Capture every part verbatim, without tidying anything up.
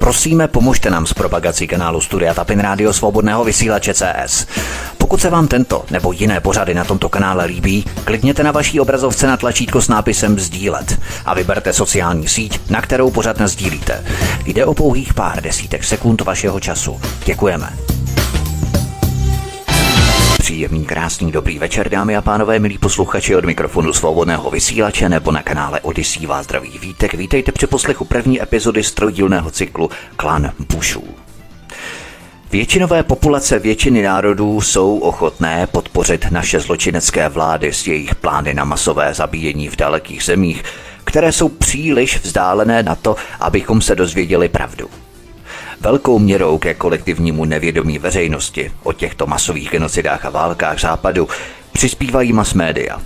Prosíme, pomožte nám s propagací kanálu Studia Tapin Rádio Svobodného vysílače C S. Pokud se vám tento nebo jiné pořady na tomto kanále líbí, klikněte na vaší obrazovce na tlačítko s nápisem sdílet a vyberte sociální síť, na kterou pořad nasdílíte. Jde o pouhých pár desítek sekund vašeho času. Děkujeme. Příjemný, krásný, dobrý večer, dámy a pánové, milí posluchači, od mikrofonu Svobodného vysílače nebo na kanále Odyssey vás zdraví Vítek. Vítejte při poslechu první epizody z trojdílného cyklu Klan Bushů. Většinové populace většiny národů jsou ochotné podpořit naše zločinecké vlády s jejich plány na masové zabíjení v dalekých zemích, které jsou příliš vzdálené na to, abychom se dozvěděli pravdu. Velkou měrou ke kolektivnímu nevědomí veřejnosti o těchto masových genocidách a válkách západu přispívají masmédia.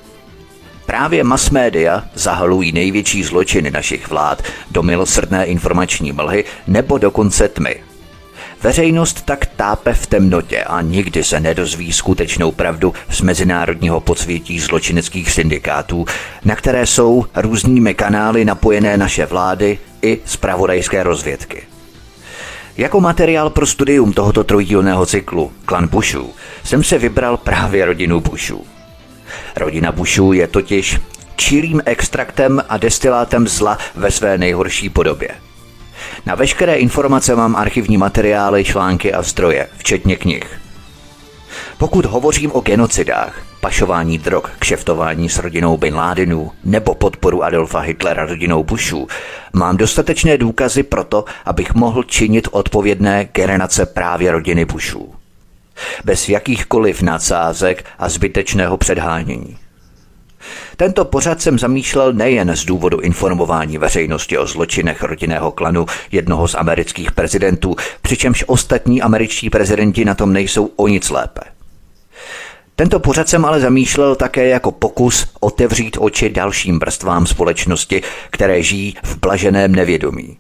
Právě masmédia zahalují největší zločiny našich vlád do milosrdné informační mlhy nebo dokonce tmy. Veřejnost tak tápe v temnotě a nikdy se nedozví skutečnou pravdu z mezinárodního podsvětí zločineckých syndikátů, na které jsou různými kanály napojené naše vlády i zpravodajské rozvědky. Jako materiál pro studium tohoto trojdílného cyklu Klan Bushů jsem se vybral právě rodinu Bushů. Rodina Bushů je totiž čirým extraktem a destilátem zla ve své nejhorší podobě. Na veškeré informace mám archivní materiály, články a zdroje, včetně knih. Pokud hovořím o genocidách, pašování drog, kšeftování s rodinou Bin Ládinů nebo podporu Adolfa Hitlera rodinou Bushů, mám dostatečné důkazy pro to, abych mohl činit odpovědné generace právě rodiny Bushů. Bez jakýchkoliv nadsázek a zbytečného předhánění. Tento pořad jsem zamýšlel nejen z důvodu informování veřejnosti o zločinech rodinného klanu jednoho z amerických prezidentů, přičemž ostatní američtí prezidenti na tom nejsou o nic lépe. Tento pořad jsem ale zamýšlel také jako pokus otevřít oči dalším vrstvám společnosti, které žijí v blaženém nevědomí.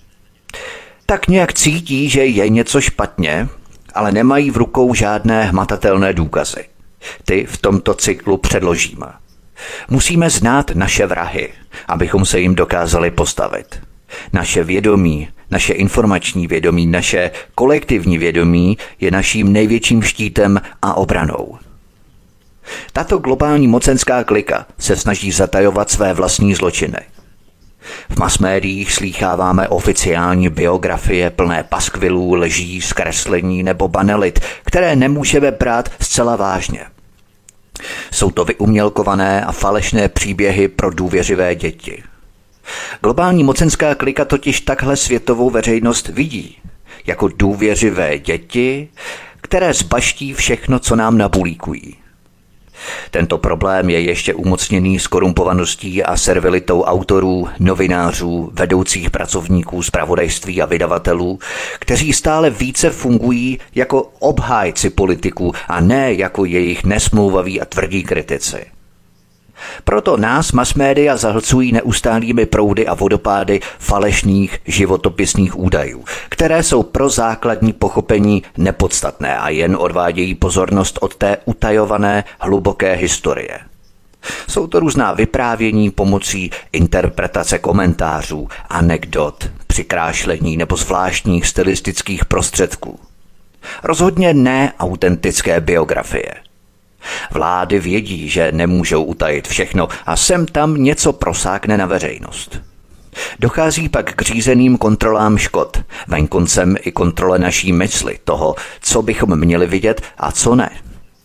Tak nějak cítí, že je něco špatně, ale nemají v rukou žádné hmatatelné důkazy. Ty v tomto cyklu předložíme. Musíme znát naše vrahy, abychom se jim dokázali postavit. Naše vědomí, naše informační vědomí, naše kolektivní vědomí je naším největším štítem a obranou. Tato globální mocenská klika se snaží zatajovat své vlastní zločiny. V masmédiích slýcháváme oficiální biografie plné paskvilů, lží, zkreslení nebo banalit, které nemůžeme brát zcela vážně. Jsou to vyumělkované a falešné příběhy pro důvěřivé děti. Globální mocenská klika totiž takhle světovou veřejnost vidí jako důvěřivé děti, které zbaští všechno, co nám nabulíkují. Tento problém je ještě umocněný skorumpovaností a servilitou autorů, novinářů, vedoucích pracovníků zpravodajství a vydavatelů, kteří stále více fungují jako obhájci politiků a ne jako jejich nesmlouvaví a tvrdí kritici. Proto nás masmédia zahlcují neustálými proudy a vodopády falešných životopisných údajů, které jsou pro základní pochopení nepodstatné a jen odvádějí pozornost od té utajované hluboké historie. Jsou to různá vyprávění pomocí interpretace komentářů, anekdot, přikrášlení nebo zvláštních stylistických prostředků. Rozhodně ne autentické biografie. Vlády vědí, že nemůžou utajit všechno a sem tam něco prosákne na veřejnost. Dochází pak k řízeným kontrolám škod, venkoncem i kontrole naší mysli, toho, co bychom měli vidět a co ne.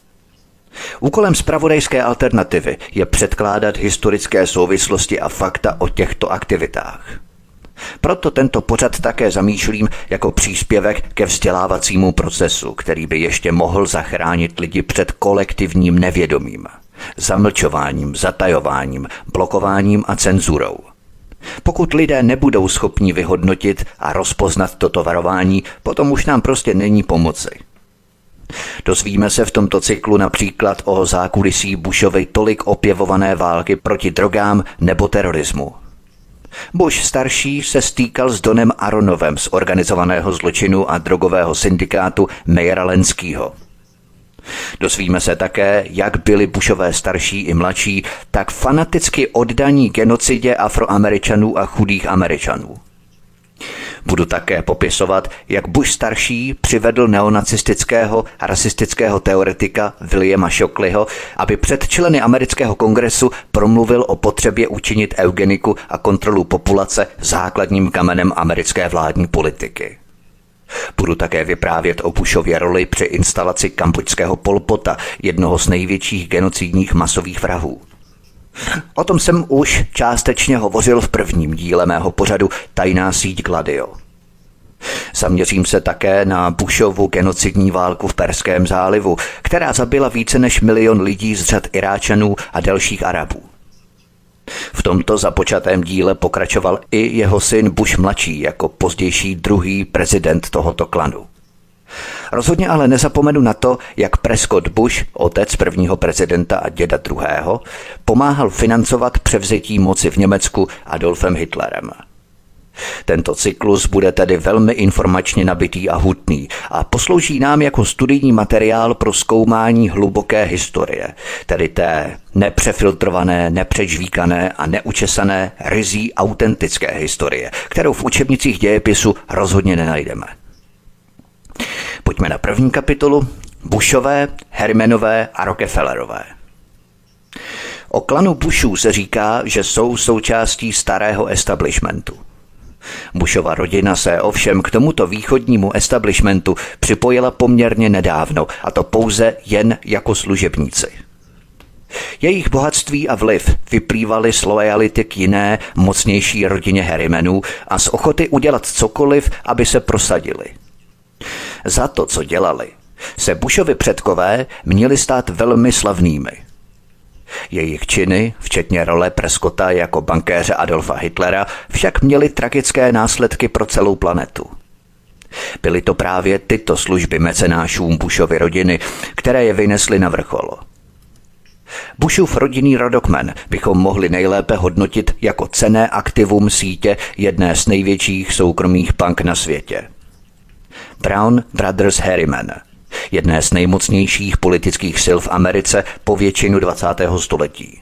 Úkolem zpravodajské alternativy je předkládat historické souvislosti a fakta o těchto aktivitách. Proto tento pořad také zamýšlím jako příspěvek ke vzdělávacímu procesu, který by ještě mohl zachránit lidi před kolektivním nevědomím, zamlčováním, zatajováním, blokováním a cenzurou. Pokud lidé nebudou schopni vyhodnotit a rozpoznat toto varování, potom už nám prostě není pomoci. Dozvíme se v tomto cyklu například o zákulisí Bushovy tolik opěvované války proti drogám nebo terorismu. Bush starší se stýkal s Donem Aronovem z organizovaného zločinu a drogového syndikátu Meyera Lenskýho. Dozvíme se také, jak byli Bushové starší i mladší tak fanaticky oddaní genocidě Afroameričanů a chudých Američanů. Budu také popisovat, jak Bush starší přivedl neonacistického a rasistického teoretika Williama Shockleyho, aby před členy amerického kongresu promluvil o potřebě učinit eugeniku a kontrolu populace základním kamenem americké vládní politiky. Budu také vyprávět o Bushově roli při instalaci kambodžského Pol Pota, jednoho z největších genocidních masových vrahů. O tom jsem už částečně hovořil v prvním díle mého pořadu Tajná síť Gladio. Zaměřím se také na Bushovu genocidní válku v Perském zálivu, která zabila více než milion lidí z řad Iráčanů a dalších Arabů. V tomto započatém díle pokračoval i jeho syn Bush mladší jako pozdější druhý prezident tohoto klanu. Rozhodně ale nezapomenu na to, jak Prescott Bush, otec prvního prezidenta a děda druhého, pomáhal financovat převzetí moci v Německu Adolfem Hitlerem. Tento cyklus bude tedy velmi informačně nabitý a hutný a poslouží nám jako studijní materiál pro zkoumání hluboké historie, tedy té nepřefiltrované, nepřežvíkané a neučesané ryzí autentické historie, kterou v učebnicích dějepisu rozhodně nenajdeme. Pojďme na první kapitolu Bushové, Harrimanové a Rockefellerové. O klanu Bushů se říká, že jsou součástí starého establishmentu. Bushova rodina se ovšem k tomuto východnímu establishmentu připojila poměrně nedávno, a to pouze jen jako služebníci. Jejich bohatství a vliv vyplývaly z loajality k jiné, mocnější rodině Harrimanů a z ochoty udělat cokoliv, aby se prosadili. Za to, co dělali, se Bushovi předkové měli stát velmi slavnými. Jejich činy, včetně role Prescotta jako bankéře Adolfa Hitlera, však měly tragické následky pro celou planetu. Byly to právě tyto služby mecenášům Bushovy rodiny, které je vynesly na vrchol. Bushův rodinný rodokmen bychom mohli nejlépe hodnotit jako cenné aktivum sítě jedné z největších soukromých bank na světě. Brown Brothers Harriman, jedné z nejmocnějších politických sil v Americe po většinu dvacátého století.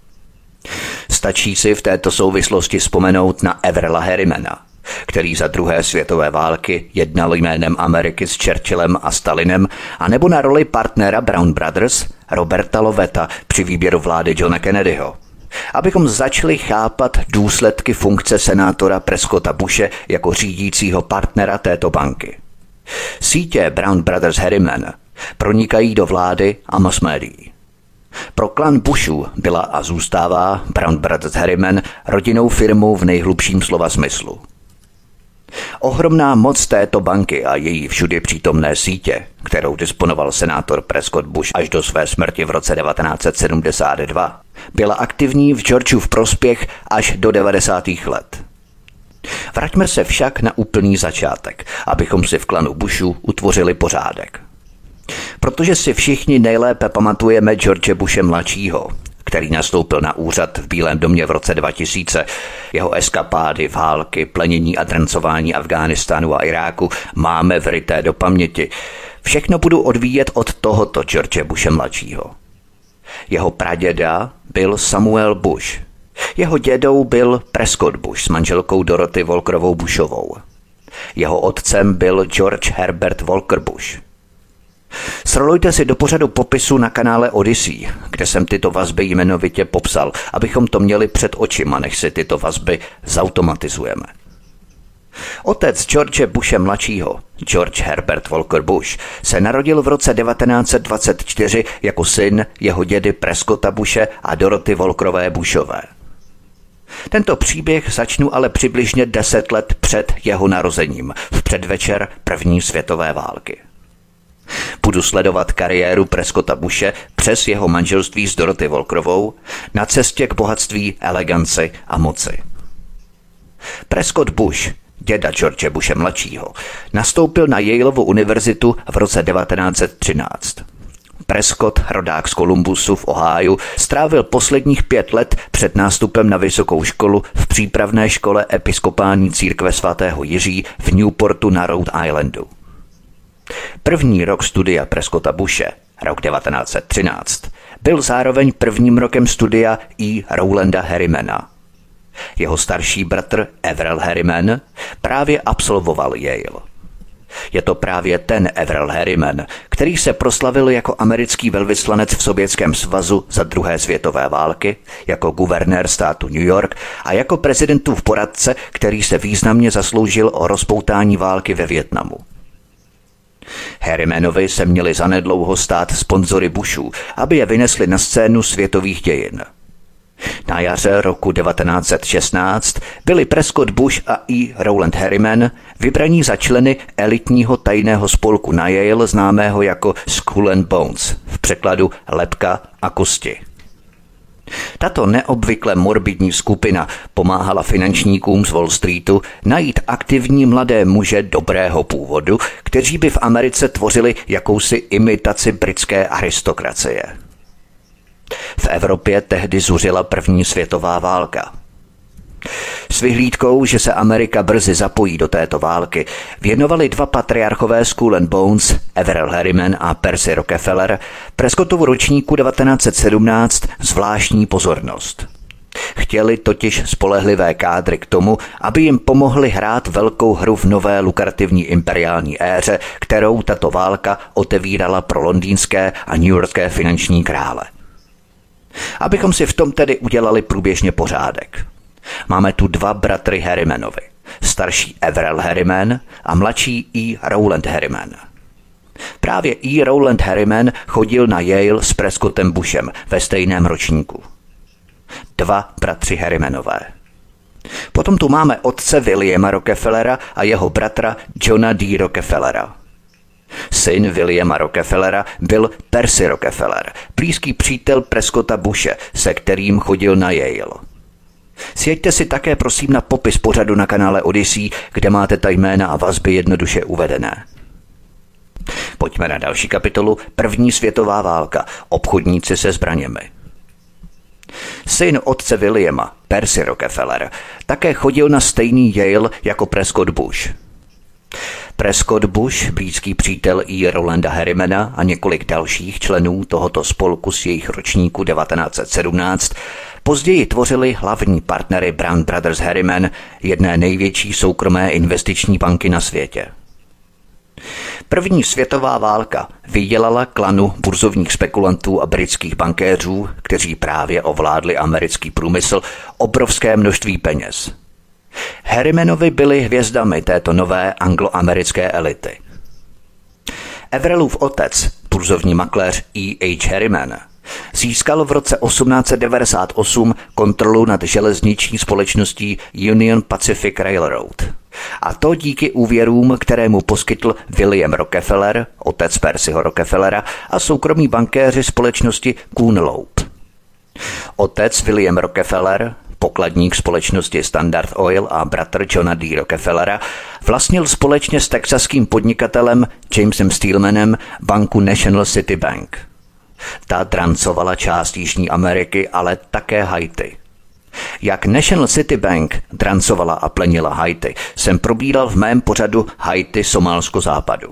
Stačí si v této souvislosti vzpomenout na Averella Harrimana, který za druhé světové války jednal jménem Ameriky s Churchillem a Stalinem, anebo na roli partnera Brown Brothers Roberta Lovetta při výběru vlády Johna Kennedyho, abychom začali chápat důsledky funkce senátora Prescotta Bushe jako řídícího partnera této banky. Sítě Brown Brothers Harriman pronikají do vlády a mass médií. Pro klan Bushů byla a zůstává Brown Brothers Harriman rodinnou firmou v nejhlubším slova smyslu. Ohromná moc této banky a její všudy přítomné sítě, kterou disponoval senátor Prescott Bush až do své smrti v roce devatenáct set sedmdesát dva, byla aktivní v Georgiův prospěch až do devadesátých let. Vraťme se však na úplný začátek, abychom si v klanu Bushů utvořili pořádek. Protože si všichni nejlépe pamatujeme George Bushe mladšího, který nastoupil na úřad v Bílém domě v roce dva tisíce, jeho eskapády, války, plenění a drancování Afghánistánu a Iráku máme vryté do paměti. Všechno budu odvíjet od tohoto George Bushe mladšího. Jeho praděda byl Samuel Bush. Jeho dědou byl Prescott Bush s manželkou Dorothy Walkerovou Bushovou. Jeho otcem byl George Herbert Walker Bush. Srolujte si do pořadu popisu na kanále Odyssey, kde jsem tyto vazby jmenovitě popsal, abychom to měli před očima, než si tyto vazby zautomatizujeme. Otec George Bushe mladšího, George Herbert Walker Bush, se narodil v roce devatenáct set dvacet čtyři jako syn jeho dědy Prescotta Bushe a Dorothy Walkerové Bushové. Tento příběh začnu ale přibližně deset let před jeho narozením, v předvečer první světové války. Budu sledovat kariéru Prescotta Bushe přes jeho manželství s Dorothy Walkerovou na cestě k bohatství, eleganci a moci. Prescott Bush, děda George Bushe mladšího, nastoupil na Yaleovu univerzitu v roce devatenáct set třináct. Prescott, rodák z Columbusu v Ohiu, strávil posledních pět let před nástupem na vysokou školu v přípravné škole episkopální církve svatého Jiří v Newportu na Rhode Islandu. První rok studia Prescotta Bushe, rok devatenáct set třináct, byl zároveň prvním rokem studia E. Rowlanda Harrimana. Jeho starší bratr Averell Harriman právě absolvoval Yale. Je to právě ten Averell Harriman, který se proslavil jako americký velvyslanec v Sovětském svazu za druhé světové války, jako guvernér státu New York a jako prezidentův poradce, který se významně zasloužil o rozpoutání války ve Vietnamu. Harrimanovi se měli zanedlouho stát sponzory Bushů, aby je vynesli na scénu světových dějin. Na jaře roku devatenáct set šestnáct byli Prescott Bush a E. Rowland Harriman vybraní za členy elitního tajného spolku na Yale známého jako Skull and Bones, v překladu lebka a kosti. Tato neobvykle morbidní skupina pomáhala finančníkům z Wall Streetu najít aktivní mladé muže dobrého původu, kteří by v Americe tvořili jakousi imitaci britské aristokracie. V Evropě tehdy zuřila první světová válka. S vyhlídkou, že se Amerika brzy zapojí do této války, věnovali dva patriarchové Skull and Bones, Averell Harriman a Percy Rockefeller, Prescottovu ročníku devatenáct set sedmnáct zvláštní pozornost. Chtěli totiž spolehlivé kádry k tomu, aby jim pomohli hrát velkou hru v nové lukrativní imperiální éře, kterou tato válka otevírala pro londýnské a newyorské finanční krále. Abychom si v tom tedy udělali průběžně pořádek. Máme tu dva bratry Harrimanovi, starší Averell Harriman a mladší E. Rowland Harriman. Právě E. Rowland Harriman chodil na Yale s Prescottem Bushem ve stejném ročníku. Dva bratři Harrimanové. Potom tu máme otce Williama Rockefellera a jeho bratra Johna D. Rockefellera. Syn Williama Rockefellera byl Percy Rockefeller, blízký přítel Prescotta Bushe, se kterým chodil na Yale. Sjeďte si také prosím na popis pořadu na kanále Odyssey, kde máte ta jména a vazby jednoduše uvedené. Pojďme na další kapitolu. První světová válka. Obchodníci se zbraněmi. Syn otce Williama, Percy Rockefeller, také chodil na stejný Yale jako Prescott Bush. Prescott Bush, blízký přítel E. Rowlanda Harrimana a několik dalších členů tohoto spolku z jejich ročníku devatenáct set sedmnáct později tvořili hlavní partnery Brown Brothers Harriman, jedné největší soukromé investiční banky na světě. První světová válka vydělala klanu burzovních spekulantů a britských bankéřů, kteří právě ovládli americký průmysl, obrovské množství peněz. Harrimanovi byli hvězdami této nové angloamerické elity. Averellův otec, burzovní makléř E. H. Harriman, získal v roce osmnáct set devadesát osm kontrolu nad železniční společností Union Pacific Railroad. A to díky úvěrům, které mu poskytl William Rockefeller, otec Percyho Rockefellera, a soukromí bankéři společnosti Kuhn Loeb. Otec William Rockefeller, pokladník společnosti Standard Oil a bratr Johna D. Rockefellera, vlastnil společně s texaským podnikatelem Jamesem Steelmanem banku National City Bank. Ta drancovala část Jižní Ameriky, ale také Haiti. Jak National City Bank drancovala a plenila Haiti, jsem probíral v mém pořadu Haiti Somálsko západu.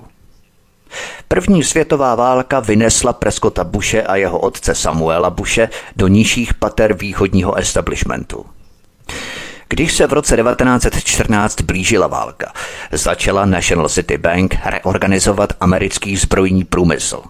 První světová válka vynesla Prescotta Bushe a jeho otce Samuela Bushe do nižších pater východního establishmentu. Když se v roce devatenáct set čtrnáct blížila válka, začala National City Bank reorganizovat americký zbrojní průmysl.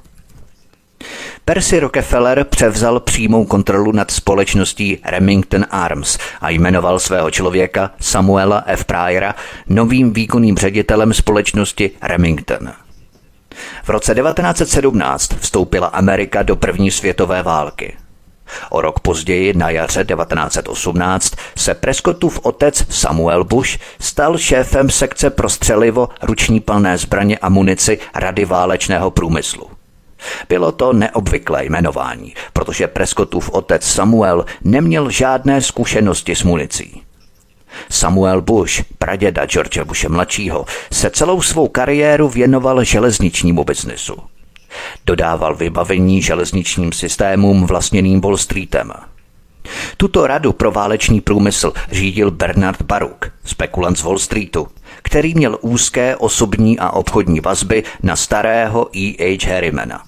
Percy Rockefeller převzal přímou kontrolu nad společností Remington Arms a jmenoval svého člověka Samuela F. Pryera novým výkonným ředitelem společnosti Remington. V roce devatenáct set sedmnáct vstoupila Amerika do první světové války. O rok později, na jaře devatenáct set osmnáct, se Prescottův otec Samuel Bush stal šéfem sekce pro střelivo, ruční palné zbraně a munici Rady válečného průmyslu. Bylo to neobvyklé jmenování, protože Prescottův otec Samuel neměl žádné zkušenosti s municí. Samuel Bush, praděda George Bushe mladšího, se celou svou kariéru věnoval železničnímu biznesu. Dodával vybavení železničním systémům vlastněným Wall Streetem. Tuto radu pro válečný průmysl řídil Bernard Baruch, spekulant z Wall Streetu, který měl úzké osobní a obchodní vazby na starého E. H. Harrimana.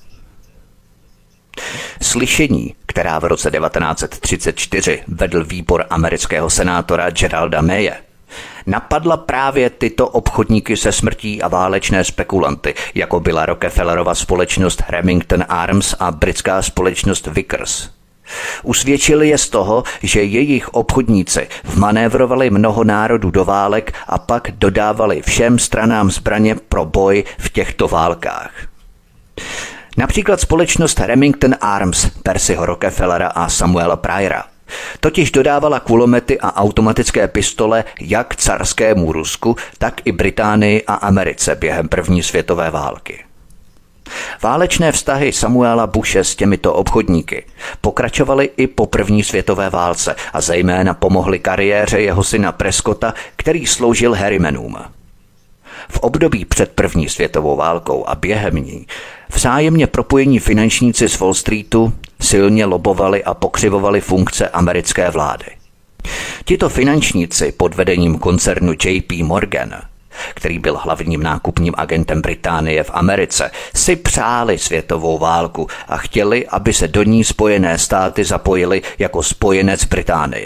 Slyšení, která v roce devatenáct set třicet čtyři vedl výbor amerického senátora Geralda Maye, napadla právě tyto obchodníky se smrtí a válečné spekulanty, jako byla Rockefellerova společnost Remington Arms a britská společnost Vickers. Usvědčili je z toho, že jejich obchodníci vmanévrovali mnoho národů do válek a pak dodávali všem stranám zbraně pro boj v těchto válkách. Například společnost Remington Arms Percyho Rockefellera a Samuela Pryera totiž dodávala kulomety a automatické pistole jak carskému Rusku, tak i Británii a Americe během první světové války. Válečné vztahy Samuela Bushe s těmito obchodníky pokračovaly i po první světové válce a zejména pomohly kariéře jeho syna Prescotta, který sloužil Harrimanům. V období před první světovou válkou a během ní vzájemně propojení finančníci z Wall Streetu silně lobovali a pokřivovali funkce americké vlády. Tito finančníci pod vedením koncernu J P Morgan, který byl hlavním nákupním agentem Británie v Americe, si přáli světovou válku a chtěli, aby se do ní Spojené státy zapojily jako spojenec Británie.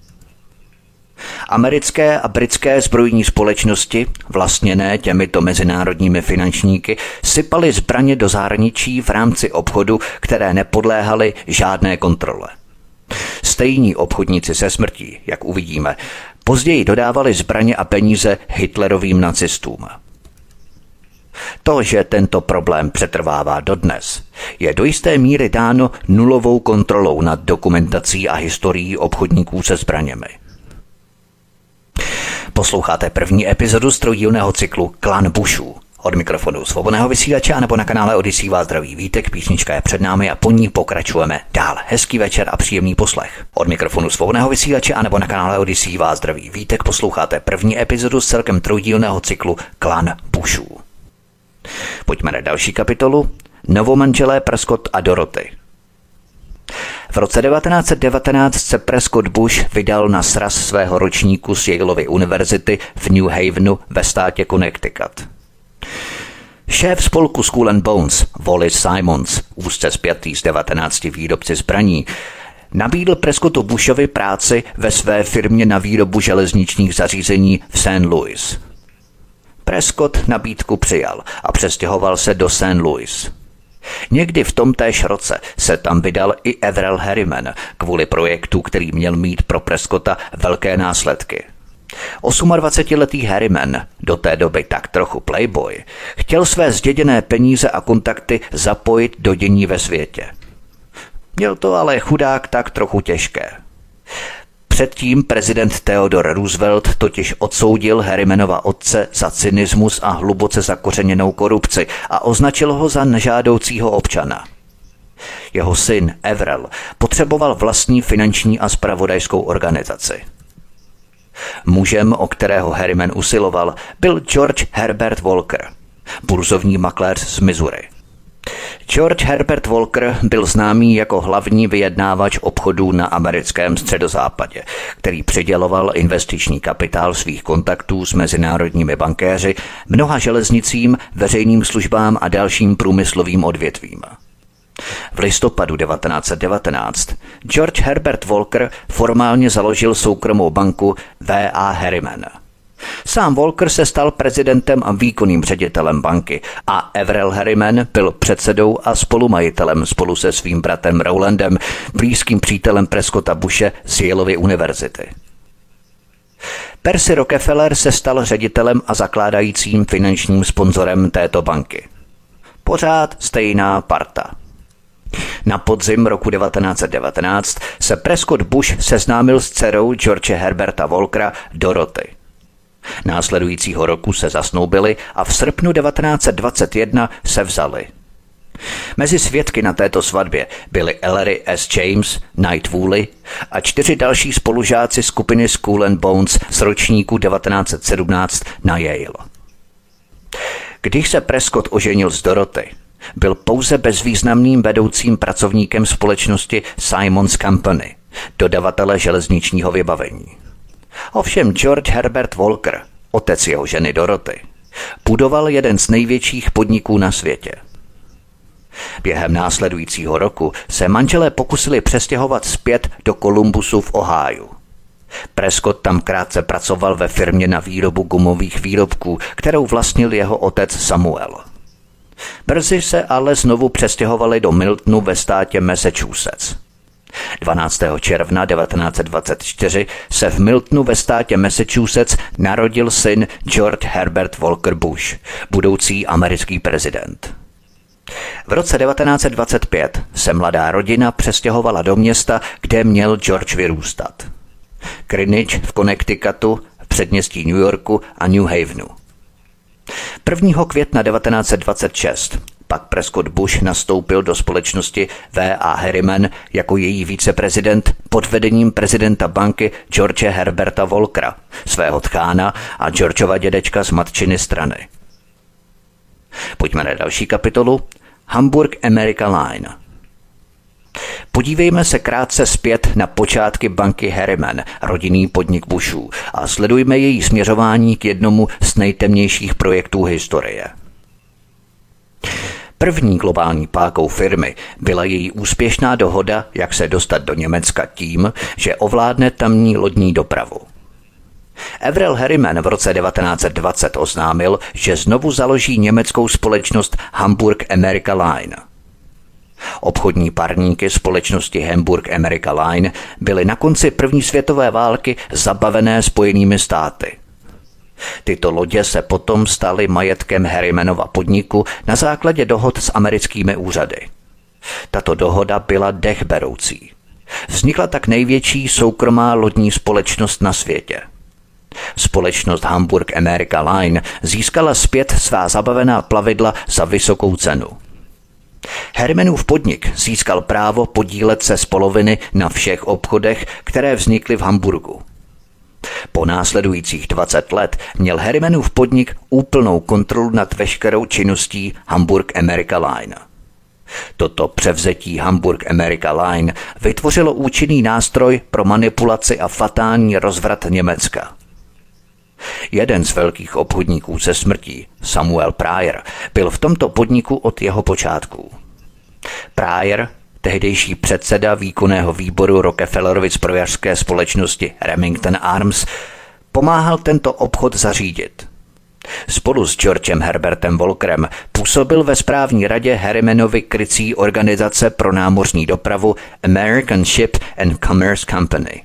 Americké a britské zbrojní společnosti, vlastněné těmito mezinárodními finančníky, sypaly zbraně do zahraničí v rámci obchodu, které nepodléhaly žádné kontrole. Stejní obchodníci se smrtí, jak uvidíme, později dodávali zbraně a peníze Hitlerovým nacistům. To, že tento problém přetrvává dodnes, je do jisté míry dáno nulovou kontrolou nad dokumentací a historií obchodníků se zbraněmi. Posloucháte první epizodu z trojdílného cyklu Klan Bushů. Od mikrofonu Svobodného vysílače nebo na kanále Odyssey vás zdraví Vítek, písnička je před námi a po ní pokračujeme dál. Hezký večer a příjemný poslech. Od mikrofonu Svobodného vysílače nebo na kanále Odyssey vás zdraví Vítek, posloucháte první epizodu z celkem trojdílného cyklu Klan Bushů. Pojďme na další kapitolu. Novomanželé Prescott a Dorothy. V roce devatenáct set devatenáct se Prescott Bush vydal na sraz svého ročníku z Yaleovy univerzity v New Havenu ve státě Connecticut. Šéf spolku Skull and Bones, Wallace Simons, úzce spjatý s devatenácti výrobci zbraní, nabídl Prescottu Bushovi práci ve své firmě na výrobu železničních zařízení v Saint Louis. Prescott nabídku přijal a přestěhoval se do Saint Louis. Někdy v tomtéž roce se tam vydal i Averell Harriman kvůli projektu, který měl mít pro Prescotta velké následky. dvacetiosmiletý Harriman, do té doby tak trochu playboy, chtěl své zděděné peníze a kontakty zapojit do dění ve světě. Měl to ale chudák tak trochu těžké. Předtím prezident Theodore Roosevelt totiž odsoudil Harrimanova otce za cynismus a hluboce zakořeněnou korupci a označil ho za nežádoucího občana. Jeho syn Averell potřeboval vlastní finanční a zpravodajskou organizaci. Mužem, o kterého Harriman usiloval, byl George Herbert Walker, burzovní makléř z Missouri. George Herbert Walker byl známý jako hlavní vyjednávač obchodů na americkém středozápadě, který přiděloval investiční kapitál svých kontaktů s mezinárodními bankéři, mnoha železnicím, veřejným službám a dalším průmyslovým odvětvím. V listopadu devatenáct set devatenáct George Herbert Walker formálně založil soukromou banku W A Harriman. Sám Walker se stal prezidentem a výkonným ředitelem banky a Averell Harriman byl předsedou a spolumajitelem spolu se svým bratrem Rowlandem, blízkým přítelem Prescotta Bushe z Yaleovy univerzity. Percy Rockefeller se stal ředitelem a zakládajícím finančním sponzorem této banky. Pořád stejná parta. Na podzim roku devatenáct set devatenáct se Prescott Bush seznámil s dcerou George Herberta Walkera Dorothy. Následujícího roku se zasnoubili a v srpnu devatenáct set dvacet jedna se vzali. Mezi svědky na této svatbě byli Ellery S. James, Knight Woolley a čtyři další spolužáci skupiny Skull and Bones z ročníku devatenáct set sedmnáct na Yale. Když se Prescott oženil s Dorothy, byl pouze bezvýznamným vedoucím pracovníkem společnosti Simons Company, dodavatele železničního vybavení. Ovšem George Herbert Walker, otec jeho ženy Dorothy, budoval jeden z největších podniků na světě. Během následujícího roku se manželé pokusili přestěhovat zpět do Columbusu v Ohiu. Prescott tam krátce pracoval ve firmě na výrobu gumových výrobků, kterou vlastnil jeho otec Samuel. Brzy se ale znovu přestěhovali do Miltonu ve státě Massachusetts. dvanáctého června devatenáct set dvacet čtyři se v Miltonu ve státě Massachusetts narodil syn George Herbert Walker Bush, budoucí americký prezident. V roce devatenáct set dvacet pět se mladá rodina přestěhovala do města, kde měl George vyrůstat. Greenwich v Connecticutu, v předměstí New Yorku a New Havenu. prvního května devatenáct set dvacet šest pak Prescott Bush nastoupil do společnosti V A Harriman jako její viceprezident pod vedením prezidenta banky George Herberta Walkera, svého tchána a Georgeova dědečka z matčiny strany. Pojďme na další kapitolu. Hamburg America Line. Podívejme se krátce zpět na počátky banky Harriman, rodinný podnik Bushů, a sledujme její směřování k jednomu z nejtemnějších projektů historie. První globální pákou firmy byla její úspěšná dohoda, jak se dostat do Německa tím, že ovládne tamní lodní dopravu. Averell Harriman v roce devatenáct set dvacet oznámil, že znovu založí německou společnost Hamburg America Line. Obchodní parníky společnosti Hamburg America Line byly na konci první světové války zabavené Spojenými státy. Tyto lodě se potom staly majetkem Harrimanova podniku na základě dohod s americkými úřady. Tato dohoda byla dechberoucí. Vznikla tak největší soukromá lodní společnost na světě. Společnost Hamburg America Line získala zpět svá zabavená plavidla za vysokou cenu. Harrimanův podnik získal právo podílet se z poloviny na všech obchodech, které vznikly v Hamburgu. Po následujících dvacet let měl Harrimanův podnik úplnou kontrolu nad veškerou činností Hamburg America Line. Toto převzetí Hamburg America Line vytvořilo účinný nástroj pro manipulaci a fatální rozvrat Německa. Jeden z velkých obchodníků se smrtí, Samuel Pryor, byl v tomto podniku od jeho počátků. Pryor, tehdejší předseda výkonného výboru Rockefellerovy zbrojařské společnosti Remington Arms, pomáhal tento obchod zařídit. Spolu s Georgem Herbertem Walkerem působil ve správní radě Harrimanovy krycí organizace pro námořní dopravu American Ship and Commerce Company.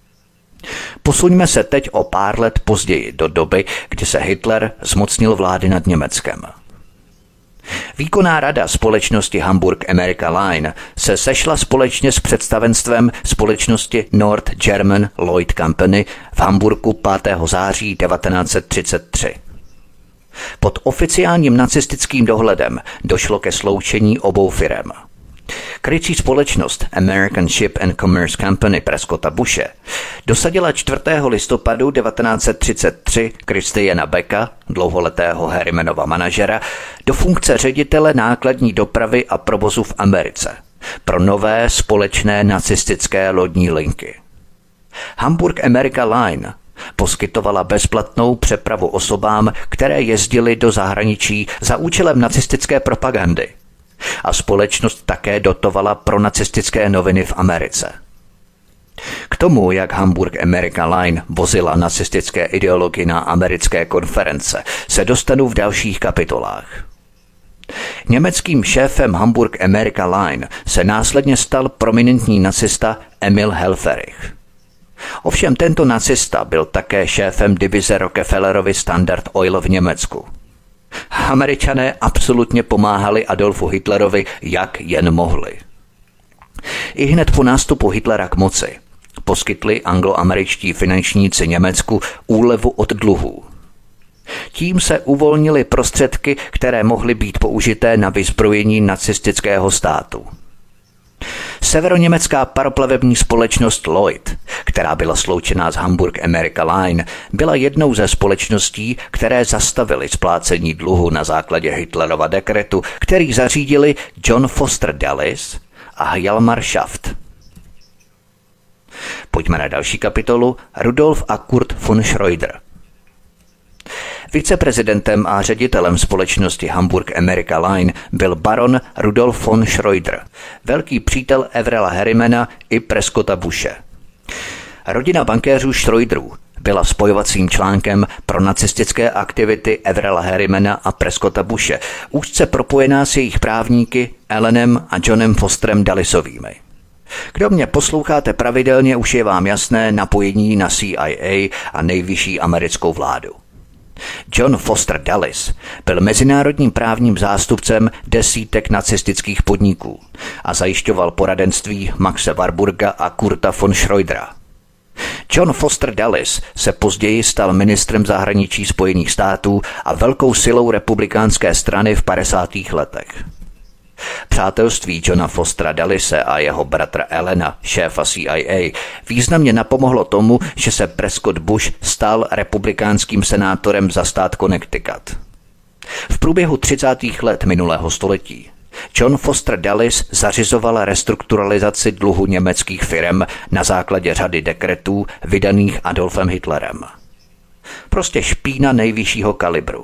Posuňme se teď o pár let později do doby, kdy se Hitler zmocnil vlády nad Německem. Výkonná rada společnosti Hamburg America Line se sešla společně s představenstvem společnosti North German Lloyd Company v Hamburgu pátého září devatenáct set třicet tři. Pod oficiálním nacistickým dohledem došlo ke sloučení obou firem. Krycí společnost American Ship and Commerce Company Prescotta Bushe dosadila čtvrtého listopadu devatenáct set třicet tři Christiana Becka, dlouholetého Harrimanova manažera, do funkce ředitele nákladní dopravy a provozu v Americe pro nové společné nacistické lodní linky. Hamburg America Line poskytovala bezplatnou přepravu osobám, které jezdily do zahraničí za účelem nacistické propagandy. A společnost také dotovala pronacistické noviny v Americe. K tomu, jak Hamburg America Line vozila nacistické ideologii na americké konference, se dostanu v dalších kapitolách. Německým šéfem Hamburg America Line se následně stal prominentní nacista Emil Helfferich. Ovšem tento nacista byl také šéfem divize Rockefellerovy Standard Oil v Německu. Američané absolutně pomáhali Adolfu Hitlerovi, jak jen mohli. I hned po nástupu Hitlera k moci poskytli angloameričtí finančníci Německu úlevu od dluhů. Tím se uvolnily prostředky, které mohly být použité na vyzbrojení nacistického státu. Severoněmecká paroplavební společnost Lloyd, která byla sloučená s Hamburg America Line, byla jednou ze společností, které zastavily splácení dluhu na základě Hitlerova dekretu, který zařídili John Foster Dulles a Hjalmar Schaft. Pojďme na další kapitolu. Rudolf a Kurt von Schröder. Viceprezidentem a ředitelem společnosti Hamburg America Line byl baron Rudolf von Schröder, velký přítel Averella Harrimana i Prescotta Bushe. Rodina bankéřů Schroederů byla spojovacím článkem pro nacistické aktivity Averella Harrimana a Prescotta Bushe, úzce propojená s jejich právníky Allenem a Johnem Fosterem Dullisovými. Kdo mě posloucháte pravidelně, už je vám jasné napojení na C I A a nejvyšší americkou vládu. John Foster Dulles byl mezinárodním právním zástupcem desítek nacistických podniků a zajišťoval poradenství Maxe Warburga a Kurta von Schroedera. John Foster Dulles se později stal ministrem zahraničí Spojených států a velkou silou republikánské strany v padesátých letech. Přátelství Johna Fostera Dullise a jeho bratra Allena, šéfa C I A, významně napomohlo tomu, že se Prescott Bush stal republikánským senátorem za stát Connecticut. V průběhu třicátých let minulého století John Foster Dulles zařizoval restrukturalizaci dluhu německých firem na základě řady dekretů vydaných Adolfem Hitlerem. Prostě špína nejvyššího kalibru.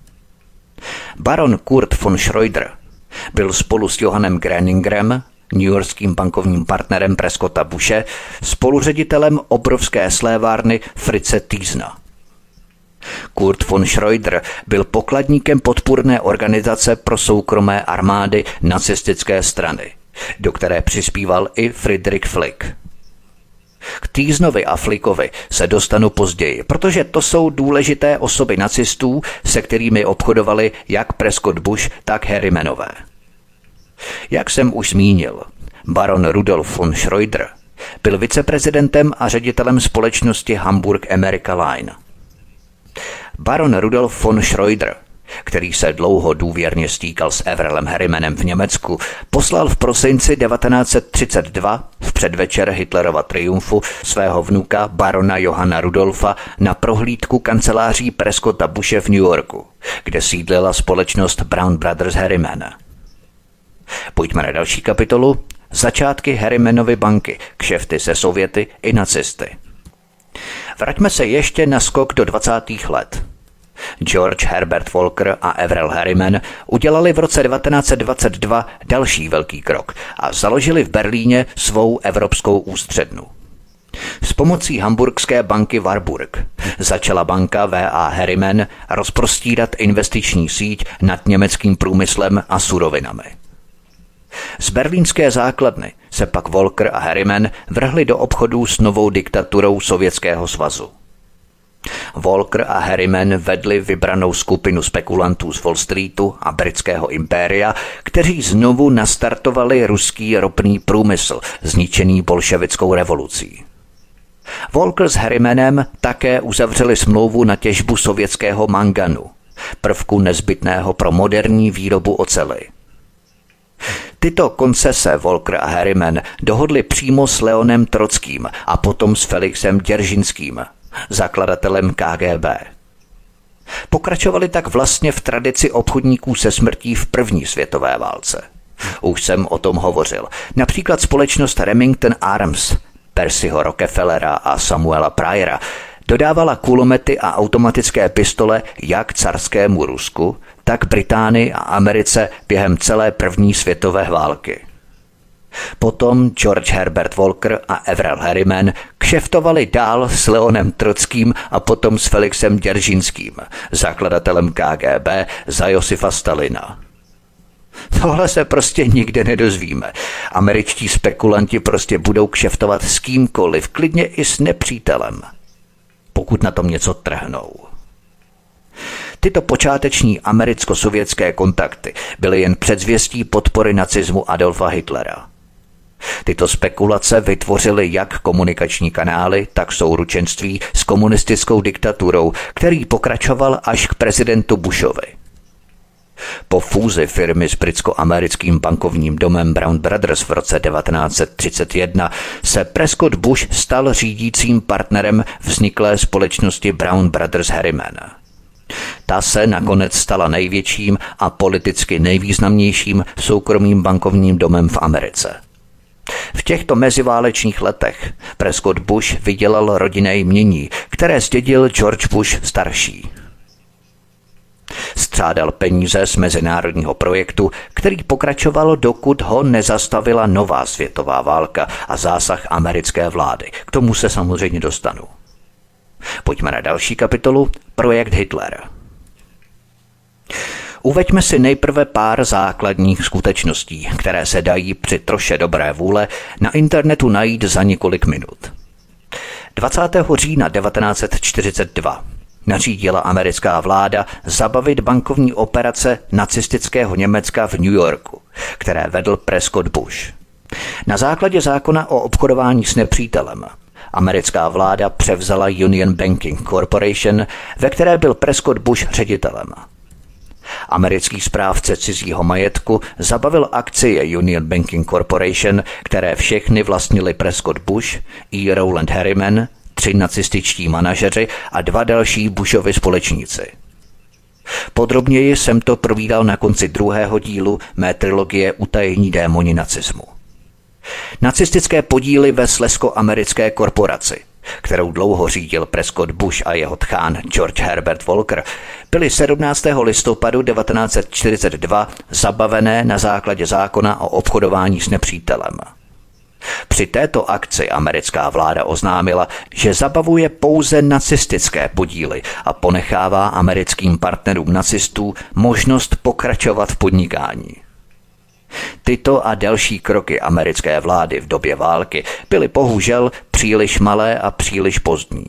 Baron Kurt von Schroeder byl spolu s Johannem Groningerem, newyorským bankovním partnerem Prescotta Bushe, spoluředitelem obrovské slévárny Fritze Thiesna. Kurt von Schroeder byl pokladníkem podpůrné organizace pro soukromé armády nacistické strany, do které přispíval i Friedrich Flick. K Thiesnovi a Flickovi se dostanu později, protože to jsou důležité osoby nacistů, se kterými obchodovali jak Prescott Bush, tak Harrimanové. Jak jsem už zmínil, baron Rudolf von Schroeder byl viceprezidentem a ředitelem společnosti Hamburg America Line. Baron Rudolf von Schroeder, který se dlouho důvěrně stýkal s Averellem Harrimanem v Německu, poslal v prosinci devatenáct set třicet dva v předvečer Hitlerova triumfu svého vnuka barona Johanna Rudolfa na prohlídku kanceláří Prescotta Bushe v New Yorku, kde sídlila společnost Brown Brothers Harriman. Pojďme na další kapitolu. Začátky Harrimanovy banky, kšefty se Sověty i nacisty. Vraťme se ještě na skok do dvacátých let. George Herbert Walker a Averell Harriman udělali v roce devatenáct set dvacet dva další velký krok a založili v Berlíně svou evropskou ústřednu. S pomocí hamburgské banky Warburg začala banka W A Harriman rozprostírat investiční síť nad německým průmyslem a surovinami. Z berlínské základny se pak Walker a Harriman vrhli do obchodů s novou diktaturou Sovětského svazu. Walker a Harriman vedli vybranou skupinu spekulantů z Wall Streetu a britského impéria, kteří znovu nastartovali ruský ropný průmysl, zničený bolševickou revolucí. Walker s Harrimanem také uzavřeli smlouvu na těžbu sovětského manganu, prvku nezbytného pro moderní výrobu oceli. Tyto koncese Walker a Harriman dohodli přímo s Leonem Trockým a potom s Felixem Dzeržinským, zakladatelem K G B. Pokračovali tak vlastně v tradici obchodníků se smrtí v první světové válce. Už jsem o tom hovořil. Například společnost Remington Arms, Percyho Rockefellera a Samuela Pryera, dodávala kulomety a automatické pistole jak carskému Rusku, tak Británii a Americe během celé první světové války. Potom George Herbert Walker a Averell Harriman kšeftovali dál s Leonem Trockým a potom s Felixem Dzeržinským, zakladatelem K G B za Josifa Stalina. Tohle se prostě nikde nedozvíme. Američtí spekulanti prostě budou kšeftovat s kýmkoliv, klidně i s nepřítelem, pokud na tom něco trhnou. Tyto počáteční americko-sovětské kontakty byly jen předzvěstí podpory nacismu Adolfa Hitlera. Tyto spekulace vytvořily jak komunikační kanály, tak souručenství s komunistickou diktaturou, který pokračoval až k prezidentu Bushovi. Po fúzi firmy s britsko-americkým bankovním domem Brown Brothers v roce devatenáct set třicet jedna se Prescott Bush stal řídícím partnerem vzniklé společnosti Brown Brothers Harriman. Ta se nakonec stala největším a politicky nejvýznamnějším soukromým bankovním domem v Americe. V těchto meziválečných letech Prescott Bush vydělal rodinné jmění, které zdědil George Bush starší. Z střádal peníze z mezinárodního projektu, který pokračoval, dokud ho nezastavila nová světová válka a zásah americké vlády. K tomu se samozřejmě dostanu. Pojďme na další kapitolu, projekt Hitler. Uveďme si nejprve pár základních skutečností, které se dají při troše dobré vůle na internetu najít za několik minut. dvacátého října devatenáct set čtyřicet dva nařídila americká vláda zabavit bankovní operace nacistického Německa v New Yorku, které vedl Prescott Bush. Na základě zákona o obchodování s nepřítelem americká vláda převzala Union Banking Corporation, ve které byl Prescott Bush ředitelem. Americký správce cizího majetku zabavil akcie Union Banking Corporation, které všechny vlastnili Prescott Bush, E. Rowland Harriman, tři nacističtí manažeři a dva další Bushovi společníci. Podrobněji jsem to provídal na konci druhého dílu mé trilogie Utajení démoni nacismu. Nacistické podíly ve slezsko-americké korporaci, kterou dlouho řídil Prescott Bush a jeho tchán George Herbert Walker, byly sedmnáctého listopadu devatenáct set čtyřicet dva zabavené na základě zákona o obchodování s nepřítelem. Při této akci americká vláda oznámila, že zabavuje pouze nacistické podíly a ponechává americkým partnerům nacistů možnost pokračovat v podnikání. Tyto a další kroky americké vlády v době války byly bohužel příliš malé a příliš pozdní.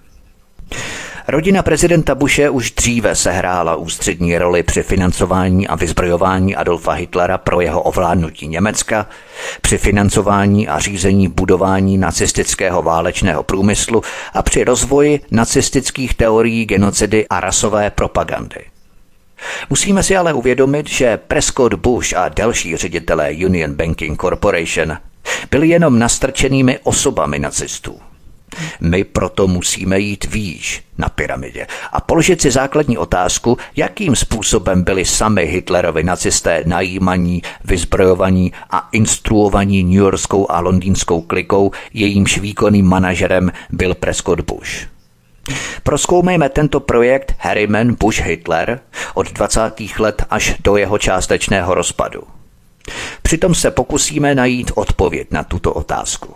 Rodina prezidenta Bushe už dříve sehrála ústřední roli při financování a vyzbrojování Adolfa Hitlera pro jeho ovládnutí Německa, při financování a řízení budování nacistického válečného průmyslu a při rozvoji nacistických teorií genocidy a rasové propagandy. Musíme si ale uvědomit, že Prescott Bush a další ředitelé Union Banking Corporation byli jenom nastrčenými osobami nacistů. My proto musíme jít výš na pyramidě a položit si základní otázku, jakým způsobem byli sami Hitlerovi nacisté najímaní, vyzbrojovaní a instruovaní newyorskou a londýnskou klikou, jejímž výkonným manažerem byl Prescott Bush. Prozkoumejme tento projekt Harriman Bush Hitler od dvacátých let až do jeho částečného rozpadu. Přitom se pokusíme najít odpověď na tuto otázku.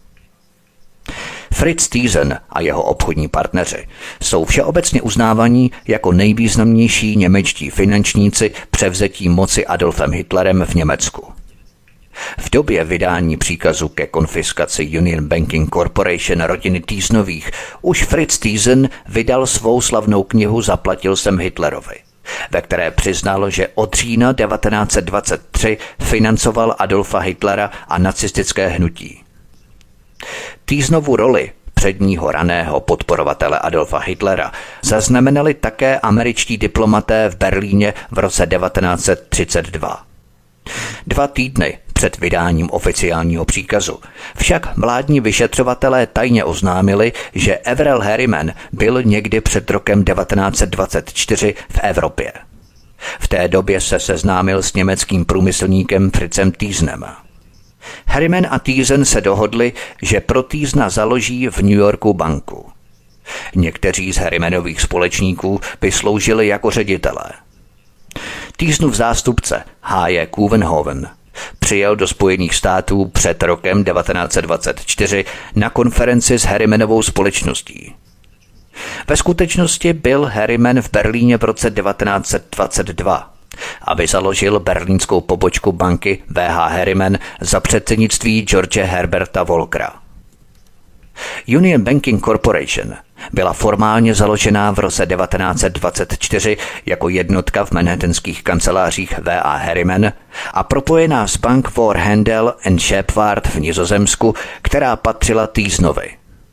Fritz Thyssen a jeho obchodní partneři jsou všeobecně uznávaní jako nejvýznamnější němečtí finančníci převzetí moci Adolfem Hitlerem v Německu. V době vydání příkazu ke konfiskaci Union Banking Corporation rodiny Thyssenových už Fritz Thyssen vydal svou slavnou knihu Zaplatil jsem Hitlerovi, ve které přiznal, že od října devatenáct set dvacet tři financoval Adolfa Hitlera a nacistické hnutí. Thyssenovu roli předního raného podporovatele Adolfa Hitlera zaznamenali také američtí diplomaté v Berlíně v roce devatenáct set třicet dva. Dva týdny před vydáním oficiálního příkazu však vládní vyšetřovatelé tajně oznámili, že Averell Harriman byl někdy před rokem devatenáct set dvacet čtyři v Evropě. V té době se seznámil s německým průmyslníkem Fritzem Thyssenem. Harriman a Thyssen se dohodli, že pro Thyssena založí v New Yorku banku. Někteří z Harrimanových společníků by sloužili jako ředitelé. Thyssenův zástupce H J Couwenhoven přijel do Spojených států před rokem devatenáct set dvacet čtyři na konferenci s Harrimanovou společností. Ve skutečnosti byl Harriman v Berlíně v roce devatenáct set dvacet dva, aby založil berlínskou pobočku banky W H Harriman za předsednictví George Herberta Walkera. Union Banking Corporation byla formálně založená v roce devatenáct set dvacet čtyři jako jednotka v manhattanských kancelářích W H Harriman a propojená s Bank voor Handel and Scheepvaart v Nizozemsku, která patřila Thyssenovi.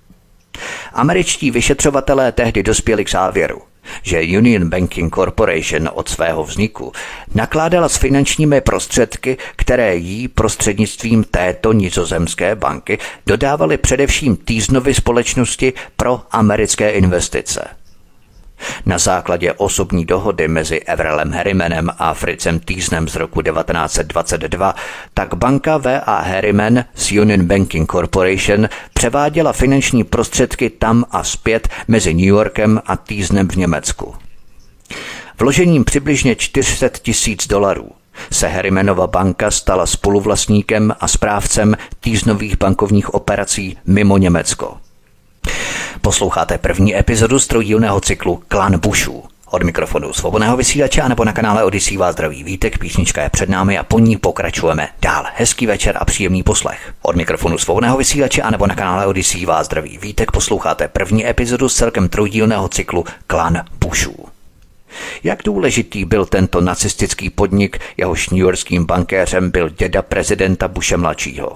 Američtí vyšetřovatelé tehdy dospěli k závěru, že Union Banking Corporation od svého vzniku nakládala s finančními prostředky, které jí prostřednictvím této nizozemské banky dodávaly především Thyssenovy společnosti pro americké investice. Na základě osobní dohody mezi Averellem Harrimanem a Fritzem Thyssenem z roku devatenáct set dvacet dva tak banka W H Harriman z Union Banking Corporation převáděla finanční prostředky tam a zpět mezi New Yorkem a Thyssenem v Německu. Vložením přibližně čtyři sta tisíc dolarů se Harrimanova banka stala spoluvlastníkem a správcem týznových bankovních operací mimo Německo. Posloucháte první epizodu z trojdílného cyklu Klan Bushů. Od mikrofonu Svobodného vysílače nebo na kanále Odyssey vás zdraví Vítek, písnička je před námi a po ní pokračujeme dál. Hezký večer a příjemný poslech. Od mikrofonu Svobodného vysílače nebo na kanále Odyssey vás zdraví Vítek, posloucháte první epizodu z celkem trojdílného cyklu Klan Bushů. Jak důležitý byl tento nacistický podnik, jehož newyorským bankéřem byl děda prezidenta Bushe mladšího?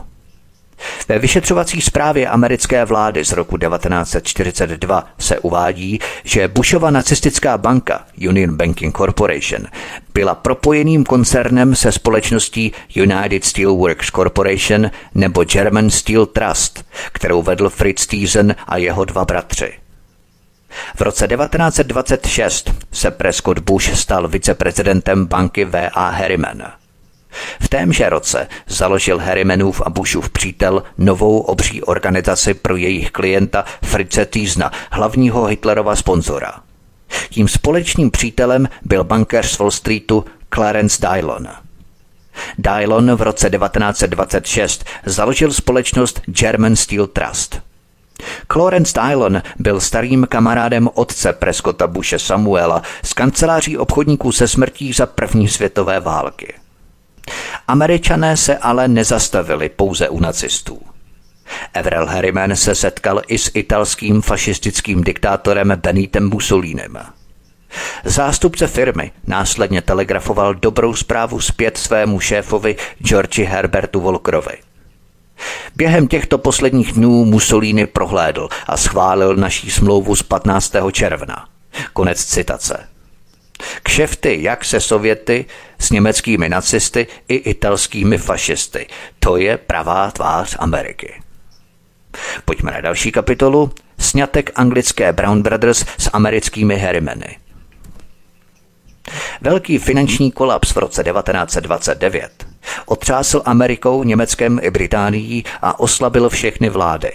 Ve vyšetřovací zprávě americké vlády z roku devatenáct set čtyřicet dva se uvádí, že Bushova nacistická banka Union Banking Corporation byla propojeným koncernem se společností United Steelworks Corporation nebo German Steel Trust, kterou vedl Fritz Thyssen a jeho dva bratři. V roce devatenáct set dvacet šest se Prescott Bush stal viceprezidentem banky W A Harriman. V témže roce založil Harrimanův a Bushův přítel novou obří organizaci pro jejich klienta Fritze Thyssena, hlavního Hitlerova sponzora. Tím společným přítelem byl bankéř z Wall Streetu Clarence Dillon. Dillon v roce devatenáct set dvacet šest založil společnost German Steel Trust. Clarence Dillon byl starým kamarádem otce Prescotta Bushe Samuela z kanceláří obchodníků se smrtí za první světové války. Američané se ale nezastavili pouze u nacistů. Averell Harriman se setkal i s italským fašistickým diktátorem Benitem Mussolinem. Zástupce firmy následně telegrafoval dobrou zprávu zpět svému šéfovi Georgi Herbertu Walkerovi. Během těchto posledních dnů Mussolini prohlédl a schválil naší smlouvu z patnáctého června. Konec citace. Kšefty jak se Sověty, s německými nacisty i italskými fašisty. To je pravá tvář Ameriky. Pojďme na další kapitolu. Sňatek anglické Brown Brothers s americkými Harrimany. Velký finanční kolaps v roce devatenáct set dvacet devět otřásl Amerikou, Německem i Británií a oslabil všechny vlády.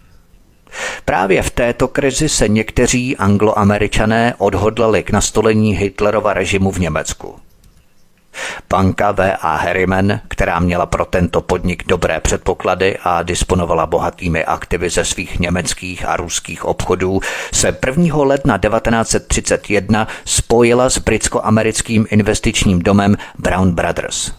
Právě v této krizi se někteří Angloameričané odhodlali k nastolení Hitlerova režimu v Německu. Banka W A Harriman, která měla pro tento podnik dobré předpoklady a disponovala bohatými aktivy ze svých německých a ruských obchodů, se prvního ledna devatenáct set třicet jedna spojila s britsko-americkým investičním domem Brown Brothers.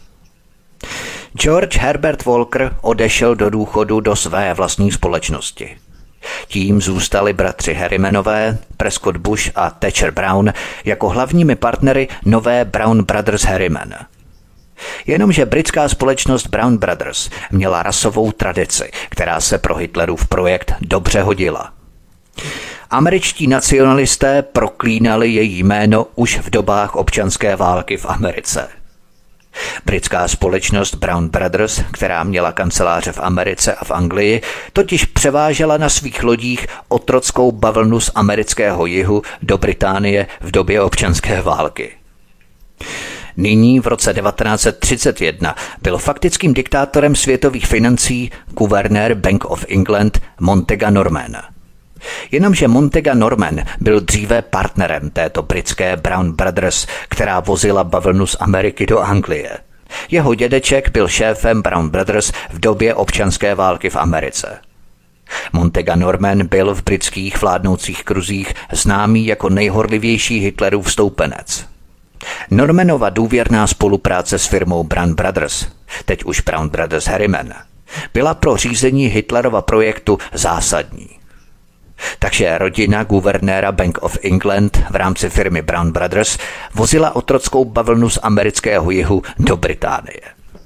George Herbert Walker odešel do důchodu do své vlastní společnosti. Tím zůstali bratři Harrimanové, Prescott Bush a Thatcher Brown jako hlavními partnery nové Brown Brothers Harriman. Jenomže britská společnost Brown Brothers měla rasovou tradici, která se pro Hitlerův projekt dobře hodila. Američtí nacionalisté proklínali její jméno už v dobách občanské války v Americe. Britská společnost Brown Brothers, která měla kanceláře v Americe a v Anglii, totiž převážela na svých lodích otrockou bavlnu z amerického jihu do Británie v době občanské války. Nyní v roce devatenáct set třicet jedna byl faktickým diktátorem světových financí guvernér Bank of England Montega Norman. Jenomže Montega Norman byl dříve partnerem této britské Brown Brothers, která vozila bavlnu z Ameriky do Anglie. Jeho dědeček byl šéfem Brown Brothers v době občanské války v Americe. Montega Norman byl v britských vládnoucích kruzích známý jako nejhorlivější Hitlerův stoupenec. Normanova důvěrná spolupráce s firmou Brown Brothers, teď už Brown Brothers Harriman, byla pro řízení Hitlerova projektu zásadní. Takže rodina guvernéra Bank of England v rámci firmy Brown Brothers vozila otrockou bavlnu z amerického jihu do Británie.